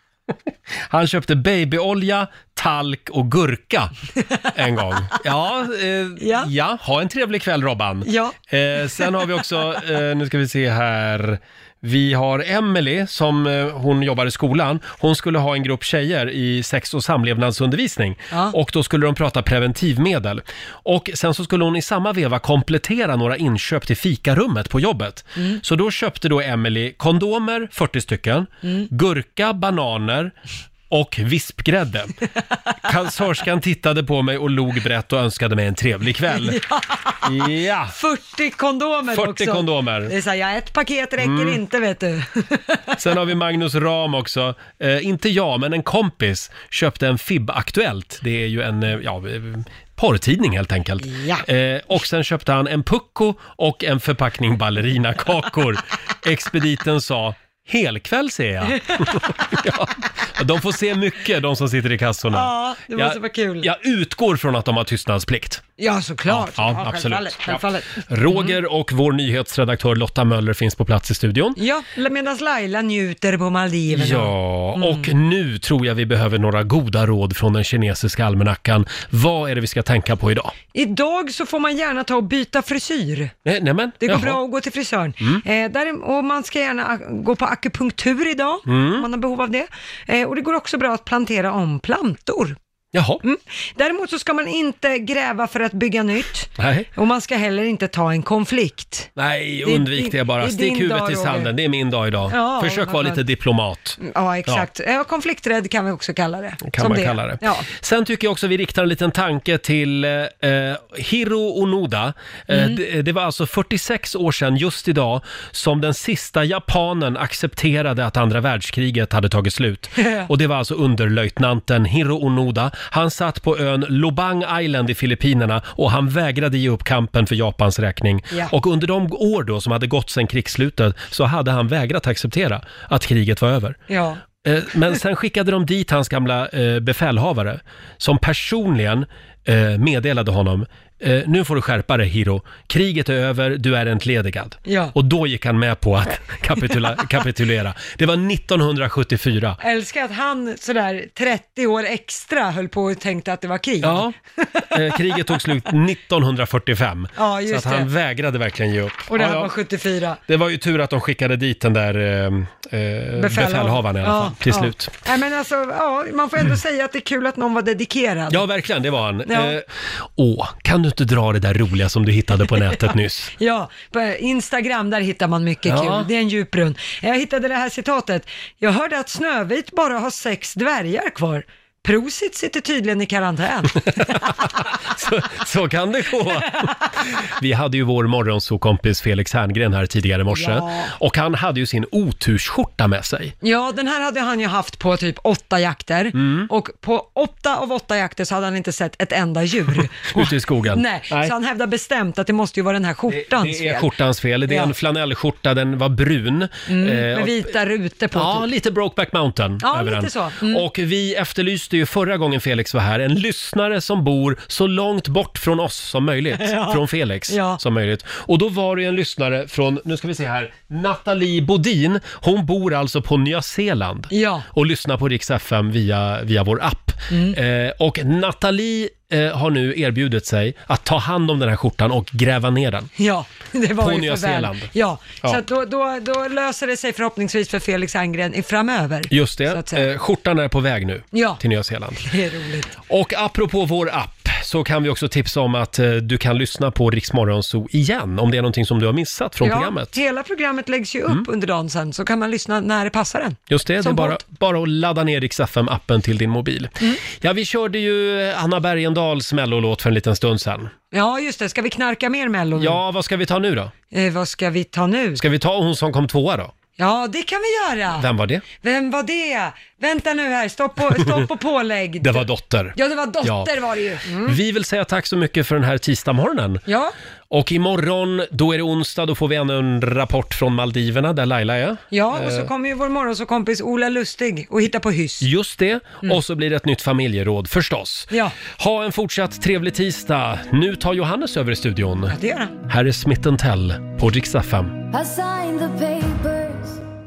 han köpte babyolja, talk och gurka en gång. Ja, eh, ja. ja, ha en trevlig kväll Robban. Ja. Eh, sen har vi också, eh, nu ska vi se här, vi har Emily som eh, hon jobbar i skolan. Hon skulle ha en grupp tjejer i sex- och samlevnadsundervisning. Ja. Och då skulle de prata preventivmedel. Och sen så skulle hon i samma veva komplettera några inköp till fikarummet på jobbet. Mm. Så då köpte då Emily kondomer, fyrtio stycken, Mm. gurka, bananer och vispgrädde. Kassörskan tittade på mig och log brett och önskade mig en trevlig kväll. Ja! fyrtio kondomer fyrtio också. kondomer. Det är så här, ja, ett paket räcker Mm. inte vet du. Sen har vi Magnus Ram också. Eh, inte jag, men en kompis köpte en F I B-aktuellt. Det är ju en eh, ja, eh, porrtidning helt enkelt. Ja. Eh, och sen köpte han en pucko och en förpackning ballerinakakor. Expediten sa: helkväll ser jag. Ja, de får se mycket, de som sitter i kassorna. Ja, det måste jag, vara kul. Jag utgår från att de har tystnadsplikt. Ja, såklart. Ja, Ja, absolut. självfallet, självfallet. Roger och vår nyhetsredaktör Lotta Möller finns på plats i studion. Ja, medan Laila njuter på Maldiverna. Ja, Mm. och nu tror jag vi behöver några goda råd från den kinesiska almanackan. Vad är det vi ska tänka på idag? Idag så får man gärna ta och byta frisyr. Nej, nej men, Det går jaha. bra att gå till frisören. Mm. Eh, där, och man ska gärna a- gå på akupunktur idag, Mm. om man har behov av det. Eh, och det går också bra att plantera om plantor. Jaha. Mm. Däremot så ska man inte gräva för att bygga nytt. Nej. Och man ska heller inte ta en konflikt. Nej, Det är undvik din- det bara. det är Stick din huvudet dag, i Roger. sanden. Det är min dag idag. Ja, Försök vara ja. lite diplomat. Ja, exakt. Ja. konflikträdd kan vi också kalla det. Kan Som man kalla det. Ja. Sen tycker jag också vi riktar en liten tanke till eh, Hiro Onoda. Eh, Mm. det, det var alltså fyrtiosex år sedan just idag som den sista japanen accepterade att andra världskriget hade tagit slut. Och det var alltså underlöjtnanten Hiro Onoda. Han satt på ön Lobang Island i Filippinerna och han vägrade ge upp kampen för Japans räkning. Ja. Och under de år då som hade gått sedan krigsslutet så hade han vägrat acceptera att kriget var över. Ja. Eh, Men sen skickade de dit hans gamla eh, befälhavare som personligen eh, meddelade honom: eh, nu får du skärpa dig, Hiro. Kriget är över, du är entledigad. Ja. Och då gick han med på att kapitula- kapitulera. Det var nittonhundrasjuttiofyra. Jag älskar att han sådär trettio år extra höll på och tänkte att det var krig. Ja, eh, kriget tog slut nittonhundrafyrtiofem. Ja, just så att han det. vägrade verkligen ge upp. Och det här Ja, ja. var sjuttiofyra. Det var ju tur att de skickade dit den där eh, eh, befälhavaren i alla fall, till slut. Nej, men alltså, ja, man får ändå säga att det är kul att någon var dedikerad. Ja, verkligen, det var han. Ja. Eh, åh, kan du inte dra det där roliga som du hittade på nätet nyss? Ja, på Instagram där hittar man mycket Ja. kul. Det är en djup brunn. Jag hittade det här citatet. Jag hörde att Snövit bara har sex dvärgar kvar. Prosit sitter tydligen i karantän. så, så kan det gå. Vi hade ju vår morgonsokompis Felix Herngren här tidigare i morse. Ja. Och han hade ju sin otursskjorta med sig. Ja, den här hade han ju haft på typ åtta jakter. Mm. Och på åtta av åtta jakter så hade han inte sett ett enda djur. Ute i skogen. Nej, så han hävdar bestämt att det måste ju vara den här skjortans Det är fel. skjortans fel. Det är Ja. en flanellskjorta, den var brun. Mm, Eh, med och- vita rutor på. Ja, typ. lite Brokeback Mountain Ja, över lite den. så. Mm. Och vi efterlyste ju förra gången Felix var här en lyssnare som bor så långt bort från oss som möjligt. Ja. Från Felix Ja. som möjligt. Och då var det ju en lyssnare från, nu ska vi se här, Nathalie Bodin. Hon bor alltså på Nya Zeeland. Ja. Och lyssnar på Rix F M via, via vår app. Mm. Eh, och Nathalie eh, har nu erbjudit sig att ta hand om den här skjortan och gräva ner den. Ja, det var På ju Nya för väl. Zeeland. Ja, Ja. så att då, då, då löser det sig förhoppningsvis för Felix Herngren i framöver. Just Så att det, säga. eh, skjortan är på väg nu Ja. till Nya Zeeland. Det är roligt. Och apropå vår app så kan vi också tipsa om att eh, du kan lyssna på Rix Morgonzoo igen om det är någonting som du har missat från ja, programmet. hela programmet läggs ju upp Mm. under dagen sen, så kan man lyssna när det passar en. Just det, det är Som bara, podd. bara att ladda ner Rix F M-appen till din mobil. Mm. Ja, vi körde ju Anna Bergendahls mellolåt för en liten stund sedan. Ja, just det. Ska vi knarka mer Mello nu? Ja, vad ska vi ta nu då? Eh, vad ska vi ta nu? Ska vi ta hon som kom tvåa då? Ja, det kan vi göra. Vem var det? Vem var det? Vänta nu här, stopp och, stopp och pålägg. Det var Dotter. Ja, det var Dotter Ja. var det ju. Mm. Vi vill säga tack så mycket för den här tisdagsmorgonen. Ja. Och imorgon, då är det onsdag, då får vi ännu en rapport från Maldiverna där Laila är. Ja, och så Eh, kommer ju vår morgonsåkompis Ola Lustig och hitta på hyss. Just det, och så blir det ett nytt familjeråd förstås. Ja. Ha en fortsatt trevlig tisdag. Nu tar Johannes över i studion. Ja, det gör han. Här är Smith and Tell på Rix F M. I signed the paper